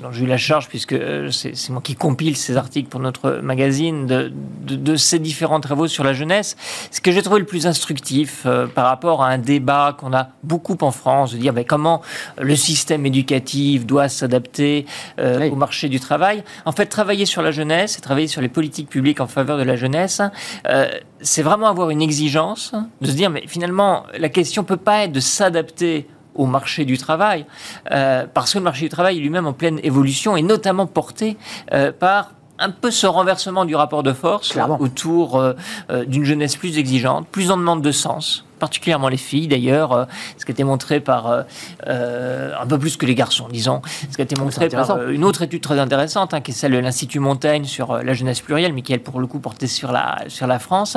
dont j'ai eu la charge, puisque c'est, c'est moi qui compile ces articles pour notre magazine, de, de, de ces différents travaux sur la jeunesse. Ce que j'ai trouvé le plus instructif euh, par rapport à un débat qu'on a beaucoup en France, de dire ben, comment le système éducatif doit s'adapter euh, oui. au marché du travail. En fait, travailler sur la jeunesse et travailler sur les politiques publiques en faveur de la jeunesse, euh, c'est vraiment avoir une exigence de se dire, mais finalement, la question ne peut pas être de s'adapter au marché du travail, euh, parce que le marché du travail est lui-même en pleine évolution et notamment porté euh, par un peu ce renversement du rapport de force Clairement. autour euh, euh, d'une jeunesse plus exigeante, plus en demande de sens, particulièrement les filles d'ailleurs, euh, ce qui a été montré par, euh, euh, un peu plus que les garçons, disons, ce qui a été montré par euh, une autre étude très intéressante, hein, qui est celle de l'Institut Montaigne sur euh, la jeunesse plurielle, mais qui elle pour le coup portait sur la, sur la France,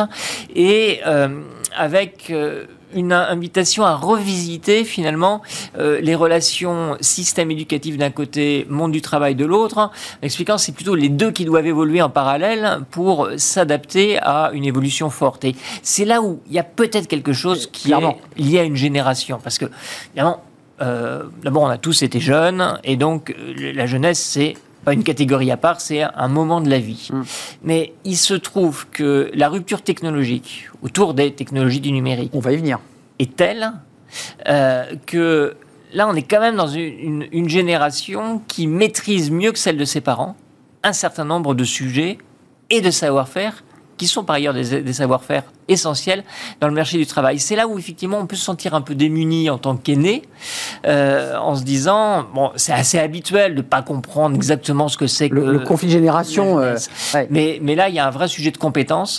et euh, avec... Euh, une invitation à revisiter finalement euh, les relations système éducatif d'un côté, monde du travail de l'autre, en expliquant que c'est plutôt les deux qui doivent évoluer en parallèle pour s'adapter à une évolution forte. Et c'est là où il y a peut-être quelque chose qui Clairement. est lié à une génération. Parce que, évidemment, euh, d'abord, on a tous été jeunes, et donc la jeunesse, c'est pas une catégorie à part, c'est un moment de la vie. Mmh. Mais il se trouve que la rupture technologique autour des technologies du numérique, on va y venir, est telle euh, que là, on est quand même dans une, une, une génération qui maîtrise mieux que celle de ses parents un certain nombre de sujets et de savoir-faire qui sont par ailleurs des, des savoir-faire essentiels dans le marché du travail. C'est là où, effectivement, on peut se sentir un peu démuni en tant qu'aîné, euh, en se disant, bon, c'est assez habituel de ne pas comprendre exactement ce que c'est que... Le, le conflit de génération. Euh, ouais. mais, mais là, il y a un vrai sujet de compétence.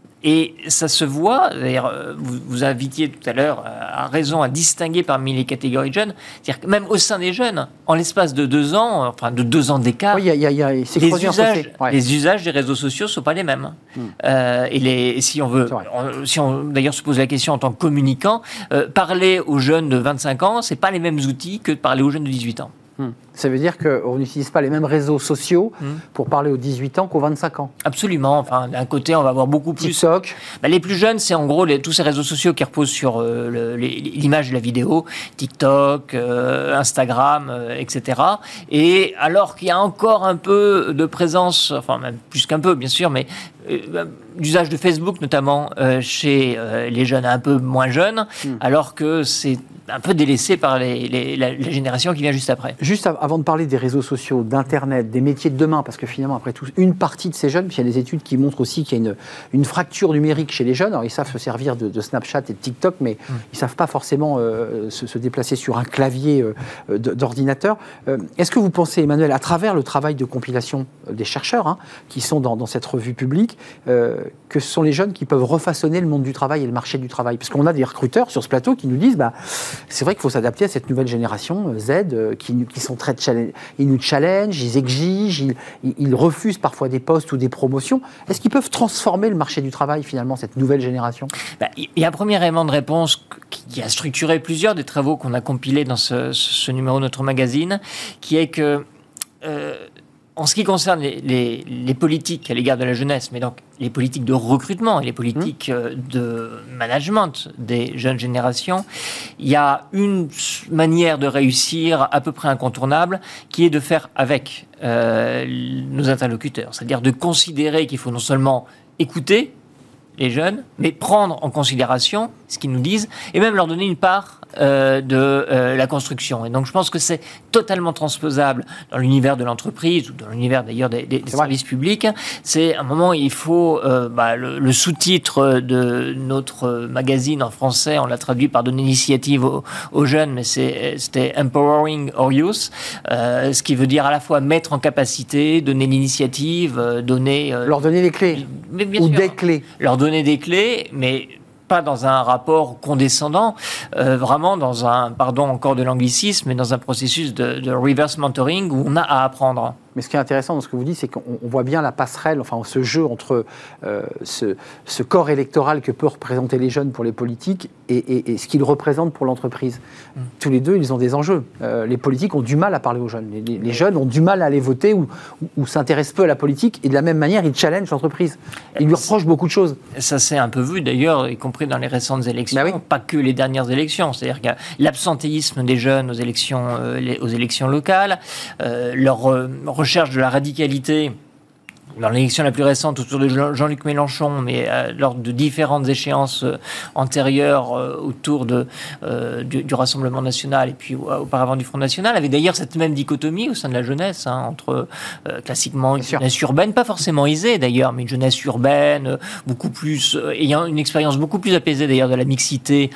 Et ça se voit, d'ailleurs, vous, vous invitiez tout à l'heure, à raison, à distinguer parmi les catégories de jeunes. C'est-à-dire que même au sein des jeunes, en l'espace de deux ans, enfin de deux ans d'écart, oui, y a, y a, y a, les, usages, ouais. les usages des réseaux sociaux ne sont pas les mêmes. Mmh. Euh, et les, si on veut, on, si on d'ailleurs se pose la question en tant que communicant, euh, parler aux jeunes de vingt-cinq ans, ce n'est pas les mêmes outils que de parler aux jeunes de dix-huit ans. Hum. Ça veut dire qu'on n'utilise pas les mêmes réseaux sociaux hum. pour parler aux dix-huit ans qu'aux vingt-cinq ans. Absolument. Enfin, d'un côté, on va avoir beaucoup plus... TikTok. Bah, les plus jeunes, c'est en gros les, tous ces réseaux sociaux qui reposent sur euh, le, les, l'image de la vidéo, TikTok, euh, Instagram, euh, et cetera. Et alors qu'il y a encore un peu de présence, enfin même plus qu'un peu, bien sûr, mais euh, d'usage de Facebook, notamment euh, chez euh, les jeunes un peu moins jeunes, hum. alors que c'est un peu délaissé par les, les, la, la génération qui vient juste après. Juste avant de parler des réseaux sociaux, d'Internet, des métiers de demain, parce que finalement, après tout, une partie de ces jeunes, puis il y a des études qui montrent aussi qu'il y a une, une fracture numérique chez les jeunes. Alors, ils savent se servir de, de Snapchat et de TikTok, mais mmh. ils ne savent pas forcément euh, se, se déplacer sur un clavier euh, d'ordinateur. Euh, est-ce que vous pensez, Emmanuel, à travers le travail de compilation des chercheurs hein, qui sont dans, dans cette revue publique, euh, que ce sont les jeunes qui peuvent refaçonner le monde du travail et le marché du travail? Parce qu'on a des recruteurs sur ce plateau qui nous disent bah, c'est vrai qu'il faut s'adapter à cette nouvelle génération Z euh, qui, qui sont très challenge, ils nous challenge, ils exigent, ils, ils refusent parfois des postes ou des promotions. Est-ce qu'ils peuvent transformer le marché du travail finalement, cette nouvelle génération? bah, Il y a un premier élément de réponse qui a structuré plusieurs des travaux qu'on a compilés dans ce, ce numéro de notre magazine, qui est que euh, en ce qui concerne les, les, les politiques à l'égard de la jeunesse, mais donc les politiques de recrutement et les politiques mmh. de management des jeunes générations, il y a une manière de réussir à peu près incontournable qui est de faire avec euh, nos interlocuteurs. C'est-à-dire de considérer qu'il faut non seulement écouter les jeunes, mais prendre en considération ce qu'ils nous disent et même leur donner une part euh, de euh, la construction. Et donc je pense que c'est totalement transposable dans l'univers de l'entreprise ou dans l'univers d'ailleurs des, des, des services publics. C'est un moment où il faut euh, bah, le, le sous-titre de notre magazine en français, on l'a traduit par donner l'initiative aux, aux jeunes, mais c'est, c'était Empowering Our Youth, euh, ce qui veut dire à la fois mettre en capacité, donner l'initiative, euh, donner... Euh, leur donner les clés mais bien ou sûr, des clés. Leur donner des clés, mais pas dans un rapport condescendant, euh, vraiment dans un, pardon encore de l'anglicisme, mais dans un processus de, de reverse mentoring où on a à apprendre. Mais ce qui est intéressant dans ce que vous dites, c'est qu'on on voit bien la passerelle, enfin ce jeu entre euh, ce, ce corps électoral que peuvent représenter les jeunes pour les politiques et, et, et ce qu'ils représentent pour l'entreprise. Mmh. Tous les deux, ils ont des enjeux. Euh, les politiques ont du mal à parler aux jeunes. Les, les, les jeunes ont du mal à aller voter ou, ou, ou s'intéressent peu à la politique. Et de la même manière, ils challengent l'entreprise. Ils lui reprochent beaucoup de choses. Ça s'est un peu vu d'ailleurs, y compris dans les récentes élections, bah oui. pas que les dernières élections. C'est-à-dire qu'il y a l'absentéisme des jeunes aux élections, euh, les, aux élections locales, euh, leur euh, recherche de la radicalité dans l'élection la plus récente autour de Jean-Luc Mélenchon, mais euh, lors de différentes échéances euh, antérieures euh, autour de, euh, du, du Rassemblement national et puis euh, auparavant du Front national, avait d'ailleurs cette même dichotomie au sein de la jeunesse, hein, entre euh, classiquement une Bien jeunesse sûr. urbaine, pas forcément aisée d'ailleurs, mais une jeunesse urbaine, euh, beaucoup plus, euh, ayant une expérience beaucoup plus apaisée d'ailleurs de la mixité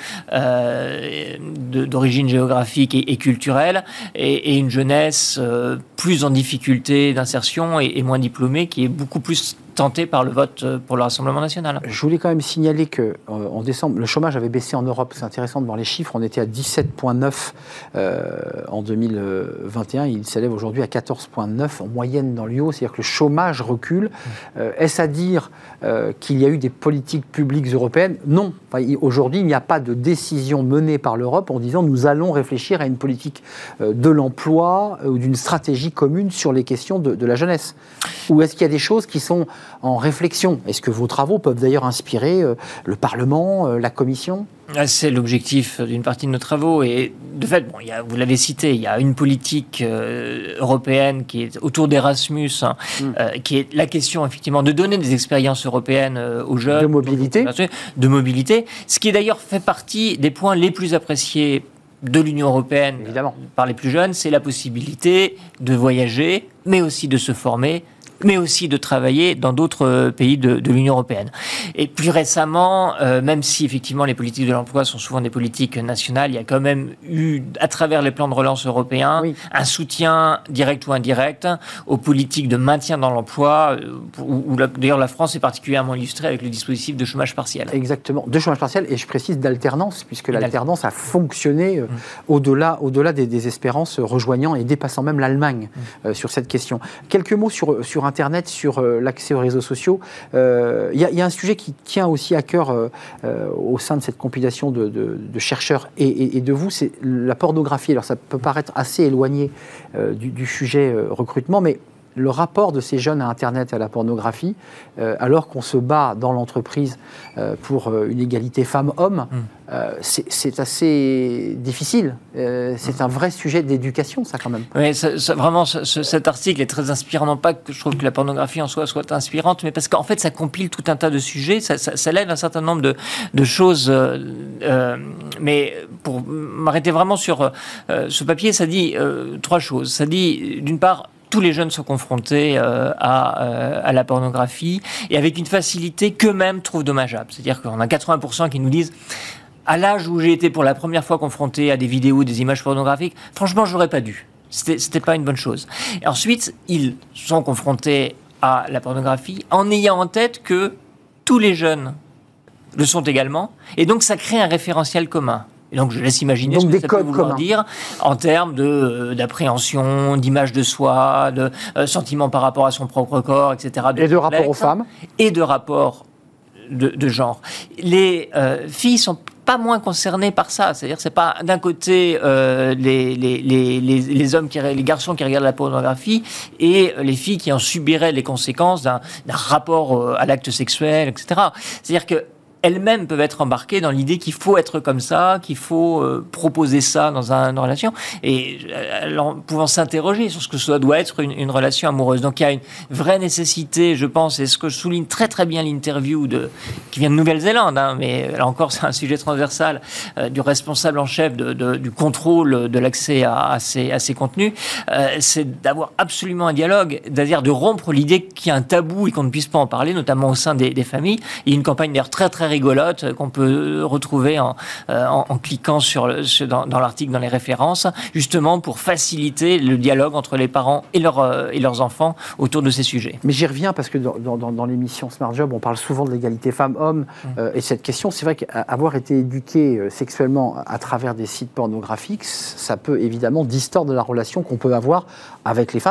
euh, de, d'origine géographique et, et culturelle, et, et une jeunesse euh, plus en difficulté d'insertion et, et moins diplômée, qui est beaucoup plus tenté par le vote pour le Rassemblement national. Je voulais quand même signaler qu'en euh, décembre, le chômage avait baissé en Europe. C'est intéressant de voir les chiffres. On était à dix-sept virgule neuf euh, en deux mille vingt et un. Il s'élève aujourd'hui à quatorze virgule neuf en moyenne dans l'U E. C'est-à-dire que le chômage recule. Euh, est-ce à dire euh, qu'il y a eu des politiques publiques européennes ? Non. Enfin, aujourd'hui, il n'y a pas de décision menée par l'Europe en disant nous allons réfléchir à une politique euh, de l'emploi ou euh, d'une stratégie commune sur les questions de, de la jeunesse. Ou est-ce qu'il y a des choses qui sont en réflexion ? Est-ce que vos travaux peuvent d'ailleurs inspirer euh, le Parlement, euh, la Commission ? C'est l'objectif d'une partie de nos travaux. Et de fait, bon, il y a, vous l'avez cité, il y a une politique euh, européenne qui est autour d'Erasmus, hein, mm. euh, qui est la question effectivement de donner des expériences européennes euh, aux jeunes. De mobilité. De mobilité. Ce qui d'ailleurs fait partie des points les plus appréciés de l'Union européenne, évidemment, par les plus jeunes, c'est la possibilité de voyager, mais aussi de se former, mais aussi de travailler dans d'autres pays de, de l'Union européenne. Et plus récemment, euh, même si effectivement les politiques de l'emploi sont souvent des politiques nationales, il y a quand même eu, à travers les plans de relance européens, oui. un soutien direct ou indirect aux politiques de maintien dans l'emploi, où, où la, d'ailleurs la France est particulièrement illustrée avec le dispositif de chômage partiel. Exactement, de chômage partiel, et je précise d'alternance, puisque et l'alternance a fonctionné euh, mmh. au-delà, au-delà des, des espérances, rejoignant et dépassant même l'Allemagne mmh. euh, sur cette question. Quelques mots sur, sur Internet, sur euh, l'accès aux réseaux sociaux. Il euh, y, y a un sujet qui tient aussi à cœur euh, euh, au sein de cette compilation de, de, de chercheurs et, et, et de vous, c'est la pornographie. Alors ça peut paraître assez éloigné euh, du, du sujet euh, recrutement, mais le rapport de ces jeunes à Internet et à la pornographie, euh, alors qu'on se bat dans l'entreprise euh, pour euh, une égalité femmes-hommes, mmh. euh, c'est, c'est assez difficile. Euh, c'est mmh. un vrai sujet d'éducation, ça, quand même. Oui, ça, ça, vraiment, ce, ce, cet article est très inspirant. Non pas que je trouve que la pornographie en soi soit inspirante, mais parce qu'en fait, ça compile tout un tas de sujets, ça, ça, ça lève un certain nombre de, de choses. Euh, euh, mais pour m'arrêter vraiment sur euh, ce papier, ça dit euh, trois choses. Ça dit, d'une part, tous les jeunes sont confrontés euh, à, euh, à la pornographie et avec une facilité qu'eux-mêmes trouvent dommageable. C'est-à-dire qu'on a quatre-vingts pour cent qui nous disent à l'âge où j'ai été pour la première fois confronté à des vidéos, des images pornographiques, franchement, j'aurais pas dû. C'était, c'était pas une bonne chose. Et ensuite, ils sont confrontés à la pornographie en ayant en tête que tous les jeunes le sont également. Et donc, ça crée un référentiel commun. Et donc, je laisse imaginer donc ce que des ça codes peut vouloir communs. Dire en termes de, euh, d'appréhension, d'image de soi, de euh, sentiments par rapport à son propre corps, et cetera. De et de rapport aux femmes. Et de rapport de, de genre. Les euh, filles sont pas moins concernées par ça. C'est-à-dire, c'est pas d'un côté euh, les, les, les, les, les hommes, qui, les garçons qui regardent la pornographie et les filles qui en subiraient les conséquences d'un, d'un rapport à l'acte sexuel, et cetera. C'est-à-dire que elles-mêmes peuvent être embarquées dans l'idée qu'il faut être comme ça, qu'il faut euh, proposer ça dans un, une relation, et euh, en pouvant s'interroger sur ce que ça doit être une, une relation amoureuse. Donc il y a une vraie nécessité, je pense, et ce que je souligne très très bien l'interview de, qui vient de Nouvelle-Zélande, hein, mais là encore c'est un sujet transversal, euh, du responsable en chef de, de, du contrôle de l'accès à, à, ces, à ces contenus, euh, c'est d'avoir absolument un dialogue, c'est-à-dire de rompre l'idée qu'il y a un tabou et qu'on ne puisse pas en parler, notamment au sein des, des familles. Il y a une campagne d'ailleurs très très rigolote qu'on peut retrouver en, euh, en, en cliquant sur le, sur, dans, dans l'article, dans les références, justement pour faciliter le dialogue entre les parents et, leur, euh, et leurs enfants autour de ces sujets. Mais j'y reviens parce que dans, dans, dans l'émission Smart Job, on parle souvent de l'égalité femmes-hommes mmh. euh, et cette question, c'est vrai qu'avoir été éduqué sexuellement à travers des sites pornographiques, ça peut évidemment distordre la relation qu'on peut avoir avec les femmes,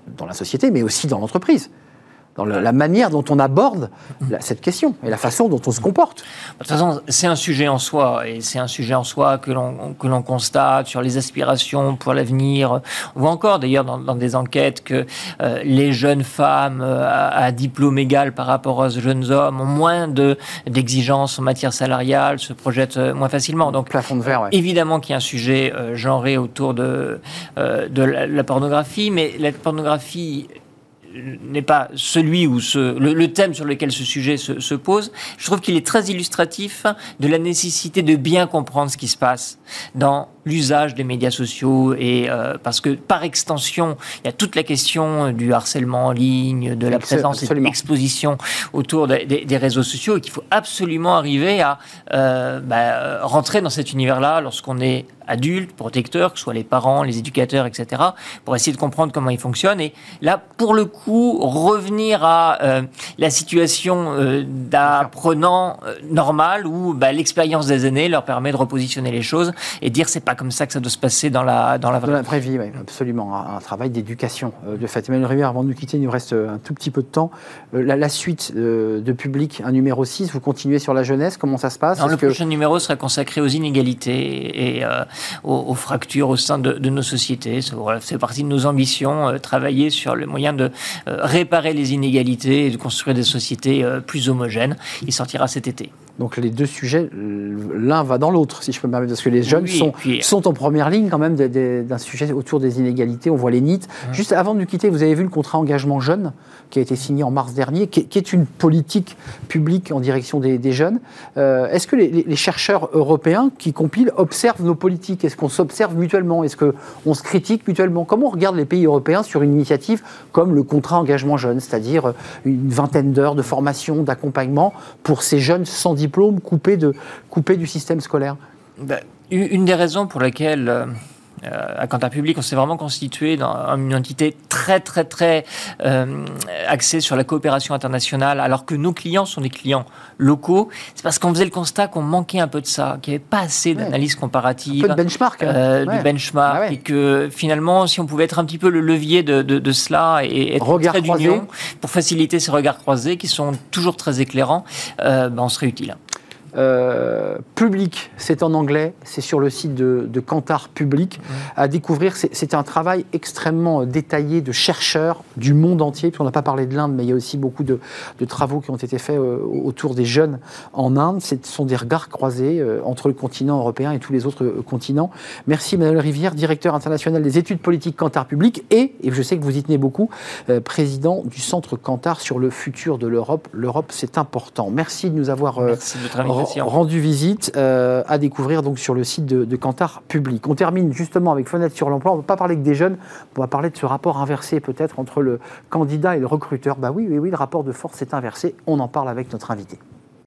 dans la société, mais aussi dans l'entreprise, dans le, la manière dont on aborde la, cette question et la façon dont on se comporte. De toute façon, c'est un sujet en soi, et c'est un sujet en soi que l'on, que l'on constate sur les aspirations pour l'avenir. On voit encore d'ailleurs dans, dans des enquêtes que euh, les jeunes femmes euh, à, à diplôme égal par rapport aux jeunes hommes ont moins de, d'exigences en matière salariale, se projettent moins facilement. Donc, plafond de verre, ouais. Évidemment qu'il y a un sujet euh, genré autour de, euh, de la, la pornographie, mais la pornographie n'est pas celui où ce, le, le thème sur lequel ce sujet se, se pose. Je trouve qu'il est très illustratif de la nécessité de bien comprendre ce qui se passe dans l'usage des médias sociaux et euh, parce que par extension, il y a toute la question du harcèlement en ligne, de la présence et de l'exposition autour des, des, des réseaux sociaux et qu'il faut absolument arriver à euh, bah, rentrer dans cet univers-là lorsqu'on est adulte, protecteur, que ce soit les parents, les éducateurs, et cetera, pour essayer de comprendre comment il fonctionne. Et là, pour le coup, revenir à euh, la situation euh, d'apprenant euh, normal où bah, l'expérience des aînés leur permet de repositionner les choses et dire c'est pas comme ça que ça doit se passer dans la, dans la vraie, dans la vraie vie. Oui, absolument. Un, un travail d'éducation. Euh, de fait, Emmanuel Rivière, avant de nous quitter, il nous reste un tout petit peu de temps. Euh, la, la suite euh, de Public, un numéro six, vous continuez sur la jeunesse, comment ça se passe? Alors, le que... prochain numéro sera consacré aux inégalités et euh, aux, aux fractures au sein de, de nos sociétés. Ça, voilà, c'est partie de nos ambitions, euh, travailler sur le moyen de euh, réparer les inégalités et de construire des sociétés euh, plus homogènes. Il sortira cet été. Donc les deux sujets, l'un va dans l'autre, si je peux me permettre, parce que les jeunes oui, sont, puis... sont en première ligne quand même de, de, d'un sujet autour des inégalités. On voit les N I T. Mmh. Juste avant de nous quitter, vous avez vu le contrat engagement jeune qui a été signé en mars dernier, qui, qui est une politique publique en direction des, des jeunes. Euh, est-ce que les, les chercheurs européens qui compilent observent nos politiques? Est-ce qu'on s'observe mutuellement? Est-ce qu'on se critique mutuellement? Comment on regarde les pays européens sur une initiative comme le contrat engagement jeune, c'est-à-dire une vingtaine d'heures de formation, d'accompagnement pour ces jeunes sans diplôme, coupés, de, coupés du système scolaire? Ben, une des raisons pour lesquelles... Euh... Euh, à Kantar Public, on s'est vraiment constitué dans une entité très, très, très euh, axée sur la coopération internationale, alors que nos clients sont des clients locaux. C'est parce qu'on faisait le constat qu'on manquait un peu de ça, qu'il n'y avait pas assez d'analyse ouais. comparative, un peu de benchmark, hein. euh, ouais. de benchmark, ah ouais. et que finalement, si on pouvait être un petit peu le levier de, de, de cela et être regard très croisé d'union pour faciliter ces regards croisés qui sont toujours très éclairants, euh, ben on serait utile. Euh, Public, c'est en anglais, c'est sur le site de, de Kantar Public. Mmh. À découvrir, c'est, c'est un travail extrêmement détaillé de chercheurs du monde entier, parce qu'on n'a pas parlé de l'Inde, mais il y a aussi beaucoup de, de travaux qui ont été faits euh, autour des jeunes en Inde. Ce sont des regards croisés euh, entre le continent européen et tous les autres euh, continents. Merci Emmanuel Rivière, directeur international des études politiques Kantar Public et, et je sais que vous y tenez beaucoup, euh, président du centre Kantar sur le futur de l'Europe. L'Europe, c'est important. Merci de nous avoir... Euh, Merci de votre invitation. rendu visite euh, à découvrir donc sur le site de, de Kantar Public. On termine justement avec Fenêtre sur l'emploi. On ne va pas parler que des jeunes, on va parler de ce rapport inversé peut-être entre le candidat et le recruteur. Bah oui, oui, oui, le rapport de force est inversé. On en parle avec notre invité.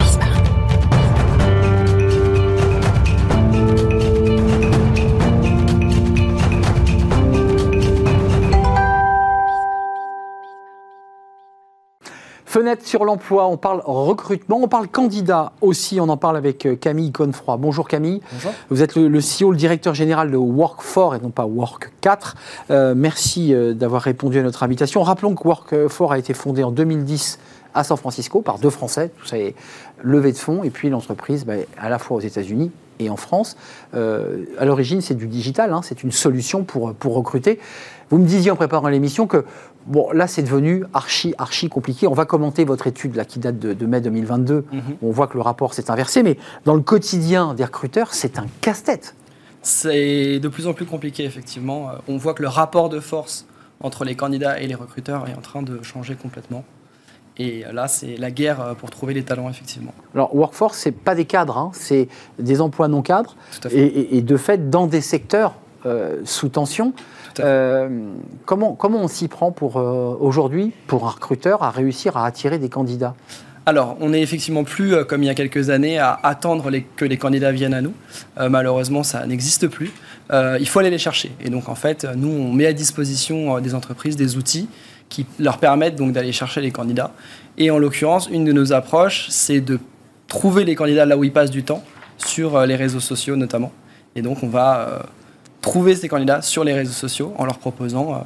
Fenêtre sur l'emploi, on parle recrutement, on parle candidat aussi, on en parle avec Camille Connefroy. Bonjour Camille. Bonjour. Vous êtes le, le C E O, le directeur général de Work four et non pas Work quatre. Euh, merci euh, d'avoir répondu à notre invitation. Rappelons que Work four a été fondé en deux mille dix à San Francisco par deux Français, tout ça est levée de fonds, et puis l'entreprise bah, à la fois aux États-Unis et en France. Euh, à l'origine, c'est du digital, hein, c'est une solution pour, pour recruter. Vous me disiez en préparant l'émission que bon, là, c'est devenu archi, archi compliqué. On va commenter votre étude là, qui date de, de mai deux mille vingt-deux. Mm-hmm. On voit que le rapport s'est inversé, mais dans le quotidien des recruteurs, c'est un casse-tête. C'est de plus en plus compliqué, effectivement. On voit que le rapport de force entre les candidats et les recruteurs est en train de changer complètement. Et là, c'est la guerre pour trouver les talents, effectivement. Alors, Workforce, ce n'est pas des cadres, hein, c'est des emplois non cadres. Tout à fait. Et, et, et de fait, dans des secteurs euh, sous tension. Euh, comment, comment on s'y prend pour, euh, aujourd'hui, pour un recruteur, à réussir à attirer des candidats ? Alors, on n'est effectivement plus, euh, comme il y a quelques années, à attendre les, que les candidats viennent à nous. Euh, malheureusement, ça n'existe plus. Euh, il faut aller les chercher. Et donc, en fait, nous, on met à disposition euh, des entreprises des outils qui leur permettent donc d'aller chercher les candidats. Et en l'occurrence, une de nos approches, c'est de trouver les candidats là où ils passent du temps, sur euh, les réseaux sociaux notamment. Et donc, on va euh, trouver ces candidats sur les réseaux sociaux en leur proposant euh,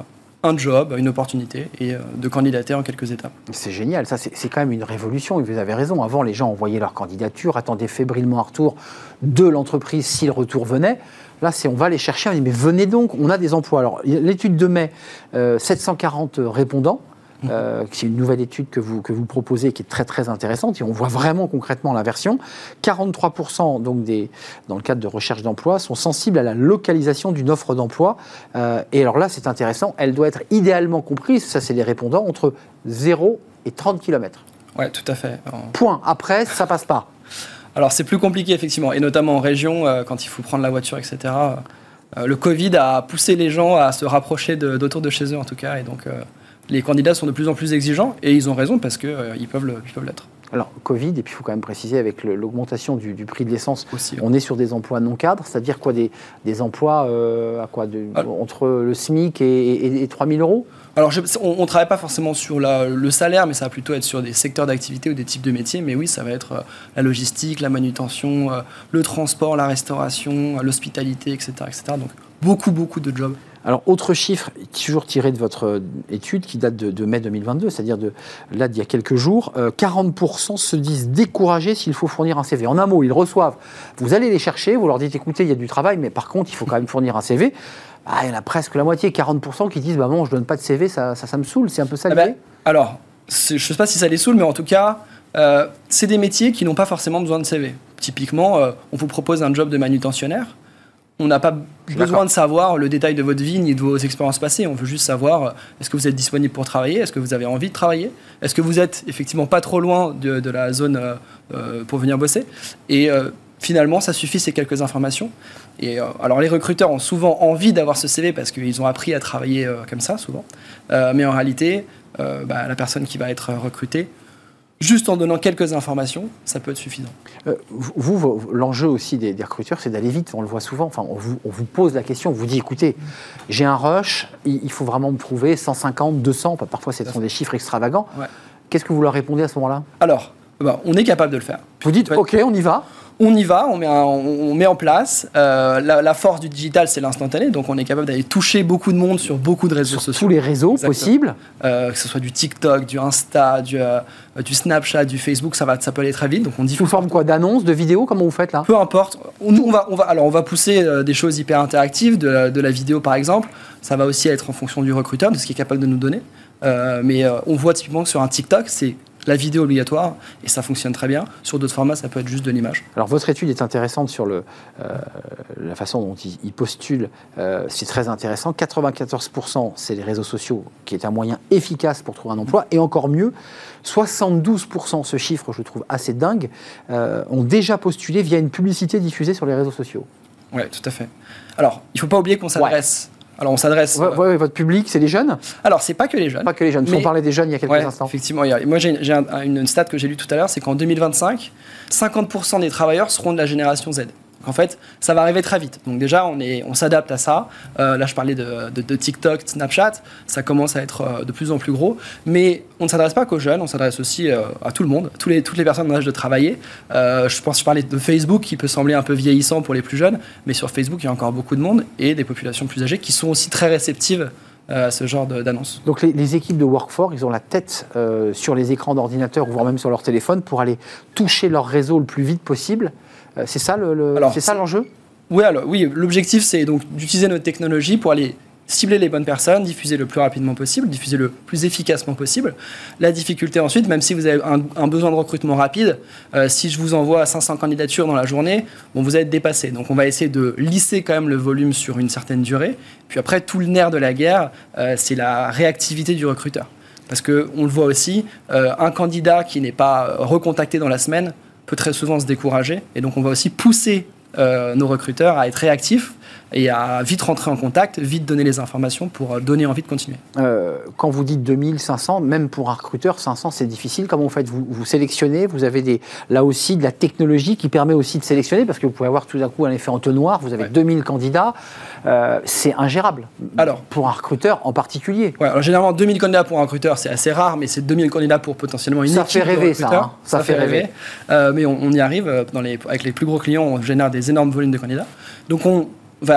un job, une opportunité et euh, de candidater en quelques étapes. C'est génial, ça c'est, c'est quand même une révolution, et vous avez raison. Avant, les gens envoyaient leur candidature, attendaient fébrilement un retour de l'entreprise si le retour venait. Là, c'est on va les chercher, on dit mais venez donc, on a des emplois. Alors, l'étude de mai, euh, sept cent quarante répondants. Euh, c'est une nouvelle étude que vous, que vous proposez qui est très très intéressante et on voit vraiment concrètement l'inversion. quarante-trois pour cent donc des, dans le cadre de recherche d'emploi sont sensibles à la localisation d'une offre d'emploi euh, et alors là c'est intéressant, elle doit être idéalement comprise, ça c'est les répondants, entre zéro et trente kilomètres. Oui, tout à fait. Point. Après, ça passe pas. Alors c'est plus compliqué effectivement et notamment en région euh, quand il faut prendre la voiture et cetera. Euh, le Covid a poussé les gens à se rapprocher de, d'autour de chez eux en tout cas et donc euh, les candidats sont de plus en plus exigeants et ils ont raison parce qu'ils euh, peuvent, le, ils peuvent l'être. Alors, Covid, et puis il faut quand même préciser, avec le, l'augmentation du, du prix de l'essence, aussi, on ouais. est sur des emplois non cadres, c'est-à-dire quoi, des, des emplois euh, à quoi, de, Alors, entre le SMIC et, et, et trois mille euros. Alors, je, on ne travaille pas forcément sur la, le salaire, mais ça va plutôt être sur des secteurs d'activité ou des types de métiers. Mais oui, ça va être euh, la logistique, la manutention, euh, le transport, la restauration, euh, l'hospitalité, et cetera, et cetera. Donc, beaucoup, beaucoup de jobs. Alors, autre chiffre, toujours tiré de votre étude qui date de, de mai deux mille vingt-deux, c'est-à-dire de, là d'il y a quelques jours, euh, quarante pour cent se disent découragés s'il faut fournir un C V. En un mot, ils reçoivent, vous allez les chercher, vous leur dites écoutez, il y a du travail, mais par contre, il faut quand même fournir un C V. Ah, il y en a presque la moitié, quarante pour cent qui disent bah non, je ne donne pas de C V, ça, ça, ça me saoule, c'est un peu ça l'idée. Ah ben, alors, je ne sais pas si ça les saoule, mais en tout cas, euh, c'est des métiers qui n'ont pas forcément besoin de C V. Typiquement, euh, on vous propose un job de manutentionnaire. On n'a pas besoin D'accord. de savoir le détail de votre vie ni de vos expériences passées. On veut juste savoir est-ce que vous êtes disponible pour travailler, est-ce que vous avez envie de travailler, est-ce que vous êtes effectivement pas trop loin de, de la zone euh, pour venir bosser. Et euh, finalement, ça suffit ces quelques informations. Et euh, alors les recruteurs ont souvent envie d'avoir ce C V parce qu'ils ont appris à travailler euh, comme ça souvent. Euh, mais en réalité, euh, bah, la personne qui va être recrutée, juste en donnant quelques informations, ça peut être suffisant. Euh, vous, vous, l'enjeu aussi des, des recruteurs, c'est d'aller vite. On le voit souvent. Enfin, on vous, on vous pose la question, on vous dit écoutez, j'ai un rush, il, il faut vraiment me prouver cent cinquante, deux cents, parfois ce sont des chiffres extravagants. Ouais. Qu'est-ce que vous leur répondez à ce moment-là ? Alors, bah, on est capable de le faire. Vous dites ok, on y va. On y va, on met, un, on met en place. Euh, la, la force du digital, c'est l'instantané. Donc, on est capable d'aller toucher beaucoup de monde sur beaucoup de réseaux sur sociaux. Tous les réseaux Exactement. Possibles. Euh, que ce soit du TikTok, du Insta, du, euh, du Snapchat, du Facebook, ça, va, ça peut aller très vite. Donc, on diffuse. Sous forme quoi ? D'annonces, de vidéos ? Comment vous faites là ? Peu importe. On, on, va, on, va, alors, on va pousser euh, des choses hyper interactives, de, de la vidéo par exemple. Ça va aussi être en fonction du recruteur, de ce qu'il est capable de nous donner. Euh, mais euh, on voit typiquement que sur un TikTok, c'est la vidéo obligatoire, et ça fonctionne très bien. Sur d'autres formats, ça peut être juste de l'image. Alors, votre étude est intéressante sur le, euh, la façon dont il, il postule. Euh, c'est très intéressant. quatre-vingt-quatorze pour cent, c'est les réseaux sociaux, qui est un moyen efficace pour trouver un emploi. Et encore mieux, soixante-douze pour cent, ce chiffre, je le trouve assez dingue, euh, ont déjà postulé via une publicité diffusée sur les réseaux sociaux. Oui, tout à fait. Alors, il ne faut pas oublier qu'on s'adresse... Ouais. Alors, on s'adresse... Ouais, ouais, votre public, c'est les jeunes ? Alors, c'est pas que les jeunes. Pas que les jeunes. Mais... On parlait des jeunes il y a quelques ouais, instants. Effectivement. Il y a... Moi, j'ai, j'ai un, une stat que j'ai lue tout à l'heure, c'est qu'en deux mille vingt-cinq, cinquante pour cent des travailleurs seront de la génération Z. En fait, ça va arriver très vite. Donc déjà, on, est, on s'adapte à ça. Euh, là, je parlais de, de, de TikTok, de Snapchat. Ça commence à être euh, de plus en plus gros. Mais on ne s'adresse pas qu'aux jeunes, on s'adresse aussi euh, à tout le monde, tous les, toutes les personnes en âge de travailler. Euh, je pense que je parlais de Facebook, qui peut sembler un peu vieillissant pour les plus jeunes. Mais sur Facebook, il y a encore beaucoup de monde et des populations plus âgées qui sont aussi très réceptives à ce genre de, d'annonces. Donc les, les équipes de Workforce, ils ont la tête euh, sur les écrans d'ordinateur, voire même sur leur téléphone, pour aller toucher leur réseau le plus vite possible. Euh, c'est ça, le, le, alors, c'est ça l'enjeu ? Oui, alors, oui, l'objectif, c'est donc d'utiliser notre technologie pour aller cibler les bonnes personnes, diffuser le plus rapidement possible, diffuser le plus efficacement possible. La difficulté ensuite, même si vous avez un, un besoin de recrutement rapide, euh, si je vous envoie cinq cents candidatures dans la journée, bon, vous allez être dépassé. Donc on va essayer de lisser quand même le volume sur une certaine durée. Puis après, tout le nerf de la guerre, euh, c'est la réactivité du recruteur. Parce qu'on le voit aussi, euh, un candidat qui n'est pas recontacté dans la semaine peut très souvent se décourager. Et donc on va aussi pousser euh, nos recruteurs à être réactifs et à vite rentrer en contact, vite donner les informations pour donner envie de continuer. Euh, quand vous dites deux mille cinq cents, même pour un recruteur, cinq cents c'est difficile. Comment vous faites ? vous, vous sélectionnez, vous avez des, là aussi de la technologie qui permet aussi de sélectionner, parce que vous pouvez avoir tout d'un coup un effet entonnoir, vous avez ouais. deux mille candidats, euh, c'est ingérable. Alors, pour un recruteur en particulier. Ouais, alors généralement deux mille candidats pour un recruteur, c'est assez rare, mais c'est deux mille candidats pour potentiellement une ça équipe fait rêver, de ça, hein. ça, ça fait rêver. rêver. Euh, mais on, on y arrive, dans les, avec les plus gros clients, on génère des énormes volumes de candidats. Donc on va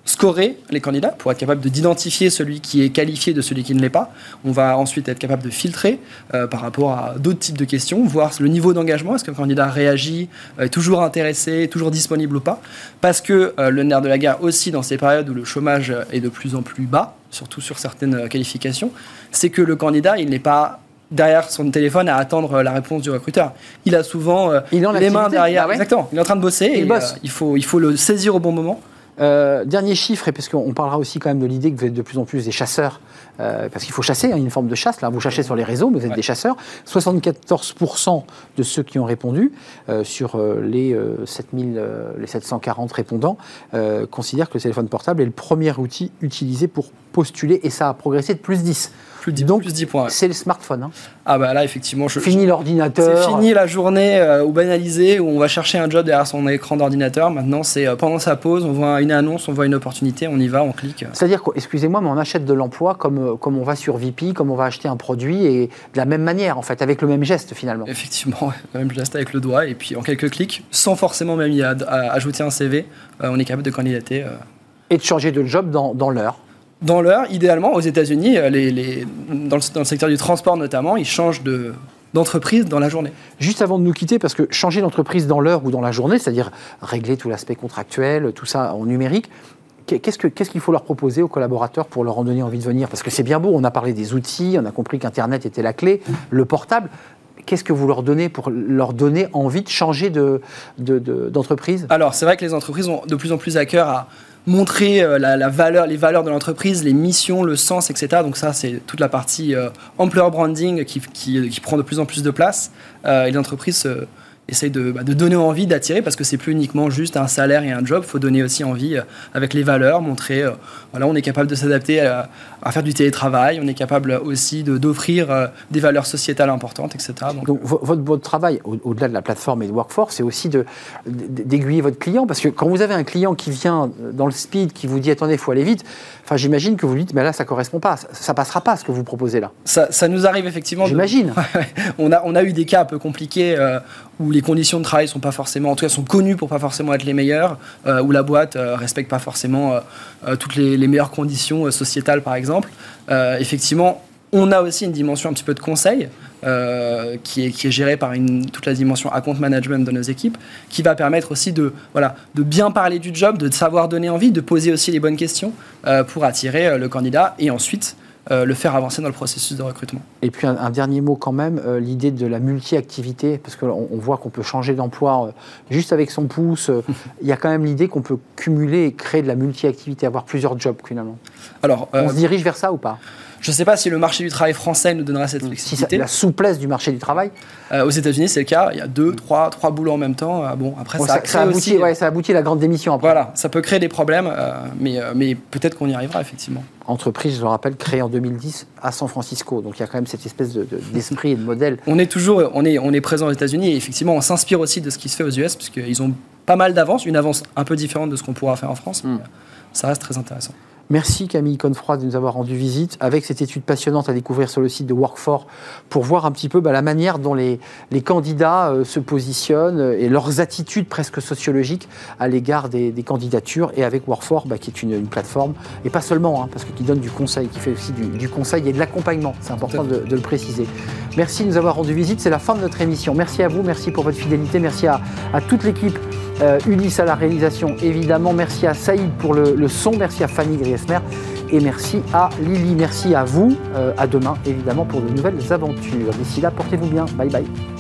scorer les candidats pour être capable de d'identifier celui qui est qualifié de celui qui ne l'est pas. On va ensuite être capable de filtrer euh, par rapport à d'autres types de questions, voir le niveau d'engagement, est-ce qu'un candidat réagit, est toujours intéressé, toujours disponible ou pas. Parce que euh, le nerf de la guerre aussi dans ces périodes où le chômage est de plus en plus bas, surtout sur certaines qualifications, c'est que le candidat, il n'est pas derrière son téléphone à attendre la réponse du recruteur. Il a souvent euh, il les mains derrière. Ah ouais. Exactement. Il est en train de bosser il et bosse. euh, il, faut, il faut le saisir au bon moment. Euh, dernier chiffre, et parce qu'on parlera aussi quand même de l'idée que vous êtes de plus en plus des chasseurs, euh, parce qu'il faut chasser, hein, une forme de chasse, là, vous cherchez sur les réseaux, mais vous êtes ouais. des chasseurs. soixante-quatorze pour cent de ceux qui ont répondu, euh, sur euh, les, euh, sept mille, euh, les sept cent quarante répondants, euh, considèrent que le téléphone portable est le premier outil utilisé pour postuler, et ça a progressé de plus dix. Plus dix, Donc, plus dix points. Ouais. C'est le smartphone. Hein. Ah bah là, effectivement... Je, fini je... l'ordinateur. C'est fini la journée euh, où banalisée, où on va chercher un job derrière son écran d'ordinateur. Maintenant, c'est euh, pendant sa pause, on voit une annonce, on voit une opportunité, on y va, on clique. C'est-à-dire, excusez-moi, mais on achète de l'emploi comme, comme on va sur V P, comme on va acheter un produit, et de la même manière, en fait, avec le même geste, finalement. Effectivement, le même geste avec le doigt, et puis en quelques clics, sans forcément même y a, à, ajouter un C V, euh, on est capable de candidater. Euh... Et de changer de job dans, dans l'heure. Dans l'heure, idéalement, aux États-Unis, les, les, dans, le, dans le secteur du transport notamment, ils changent de, d'entreprise dans la journée. Juste avant de nous quitter, parce que changer d'entreprise dans l'heure ou dans la journée, c'est-à-dire régler tout l'aspect contractuel, tout ça en numérique, qu'est-ce, que, qu'est-ce qu'il faut leur proposer aux collaborateurs pour leur en donner envie de venir ? Parce que c'est bien beau, on a parlé des outils, on a compris qu'Internet était la clé, le portable. Qu'est-ce que vous leur donnez pour leur donner envie de changer de, de, de, d'entreprise ? Alors, c'est vrai que les entreprises ont de plus en plus à cœur à montrer euh, la, la valeur, les valeurs de l'entreprise, les missions, le sens, et cetera. Donc ça, c'est toute la partie euh, employer branding qui, qui, qui prend de plus en plus de place. Euh, et l'entreprise euh, essaye de, bah, de donner envie, d'attirer, parce que c'est plus uniquement juste un salaire et un job. Il faut donner aussi envie euh, avec les valeurs, montrer, euh, voilà, on est capable de s'adapter à, à faire du télétravail, on est capable aussi de, d'offrir euh, des valeurs sociétales importantes, et cetera. Donc, Donc votre, votre travail, au, au-delà de la plateforme et de Workforce, c'est aussi de, d'aiguiller votre client, parce que quand vous avez un client qui vient dans le speed, qui vous dit « attendez, il faut aller vite », enfin, j'imagine que vous lui dites « mais là, ça ne correspond pas, ça ne passera pas ce que vous proposez là ». Ça, ça nous arrive effectivement. J'imagine. De... on, a, on a eu des cas un peu compliqués euh, où les conditions de travail sont pas forcément, en tout cas sont connues pour pas forcément être les meilleures, euh, où la boîte euh, respecte pas forcément euh, euh, toutes les, les meilleures conditions euh, sociétales par exemple. Euh, effectivement, on a aussi une dimension un petit peu de conseil euh, qui, est, qui est gérée par une, toute la dimension account management de nos équipes, qui va permettre aussi de, voilà, de bien parler du job, de savoir donner envie, de poser aussi les bonnes questions euh, pour attirer euh, le candidat et ensuite Euh, le faire avancer dans le processus de recrutement. Et puis un, un dernier mot quand même, euh, l'idée de la multi-activité, parce qu'on on voit qu'on peut changer d'emploi euh, juste avec son pouce. Euh, il y a quand même l'idée qu'on peut cumuler et créer de la multi-activité, avoir plusieurs jobs finalement. Alors, euh, on se dirige vers ça ou pas ? Je ne sais pas si le marché du travail français nous donnera cette flexibilité. Si ça, la souplesse du marché du travail. Euh, aux États-Unis, c'est le cas. Il y a deux, trois, trois boulots en même temps. Euh, bon, après, bon, ça, ça, ça, aboutit, aussi, ouais, ça aboutit à la grande démission. Après. Voilà, ça peut créer des problèmes, euh, mais, euh, mais peut-être qu'on y arrivera effectivement. Entreprise, je le rappelle, créée en deux mille dix à San Francisco. Donc il y a quand même cette espèce de, de, d'esprit et de modèle. On est toujours, on est, on est présent aux États-Unis et effectivement, on s'inspire aussi de ce qui se fait aux U S, puisqu'ils ont pas mal d'avance, une avance un peu différente de ce qu'on pourra faire en France. Mm. Mais ça reste très intéressant. Merci Camille Confroy de nous avoir rendu visite avec cette étude passionnante à découvrir sur le site de Workforce pour voir un petit peu bah, la manière dont les, les candidats euh, se positionnent euh, et leurs attitudes presque sociologiques à l'égard des, des candidatures, et avec Workforce bah, qui est une, une plateforme, et pas seulement, hein, parce que qui donne du conseil, qui fait aussi du, du conseil et de l'accompagnement, c'est important de, de le préciser. Merci de nous avoir rendu visite, c'est la fin de notre émission. Merci à vous, merci pour votre fidélité, merci à, à toute l'équipe. Euh, Ulysse à la réalisation, évidemment. Merci à Saïd pour le, le son. Merci à Fanny Griesmer. Et merci à Lily. Merci à vous. Euh, à demain, évidemment, pour de nouvelles aventures. D'ici là, portez-vous bien. Bye bye.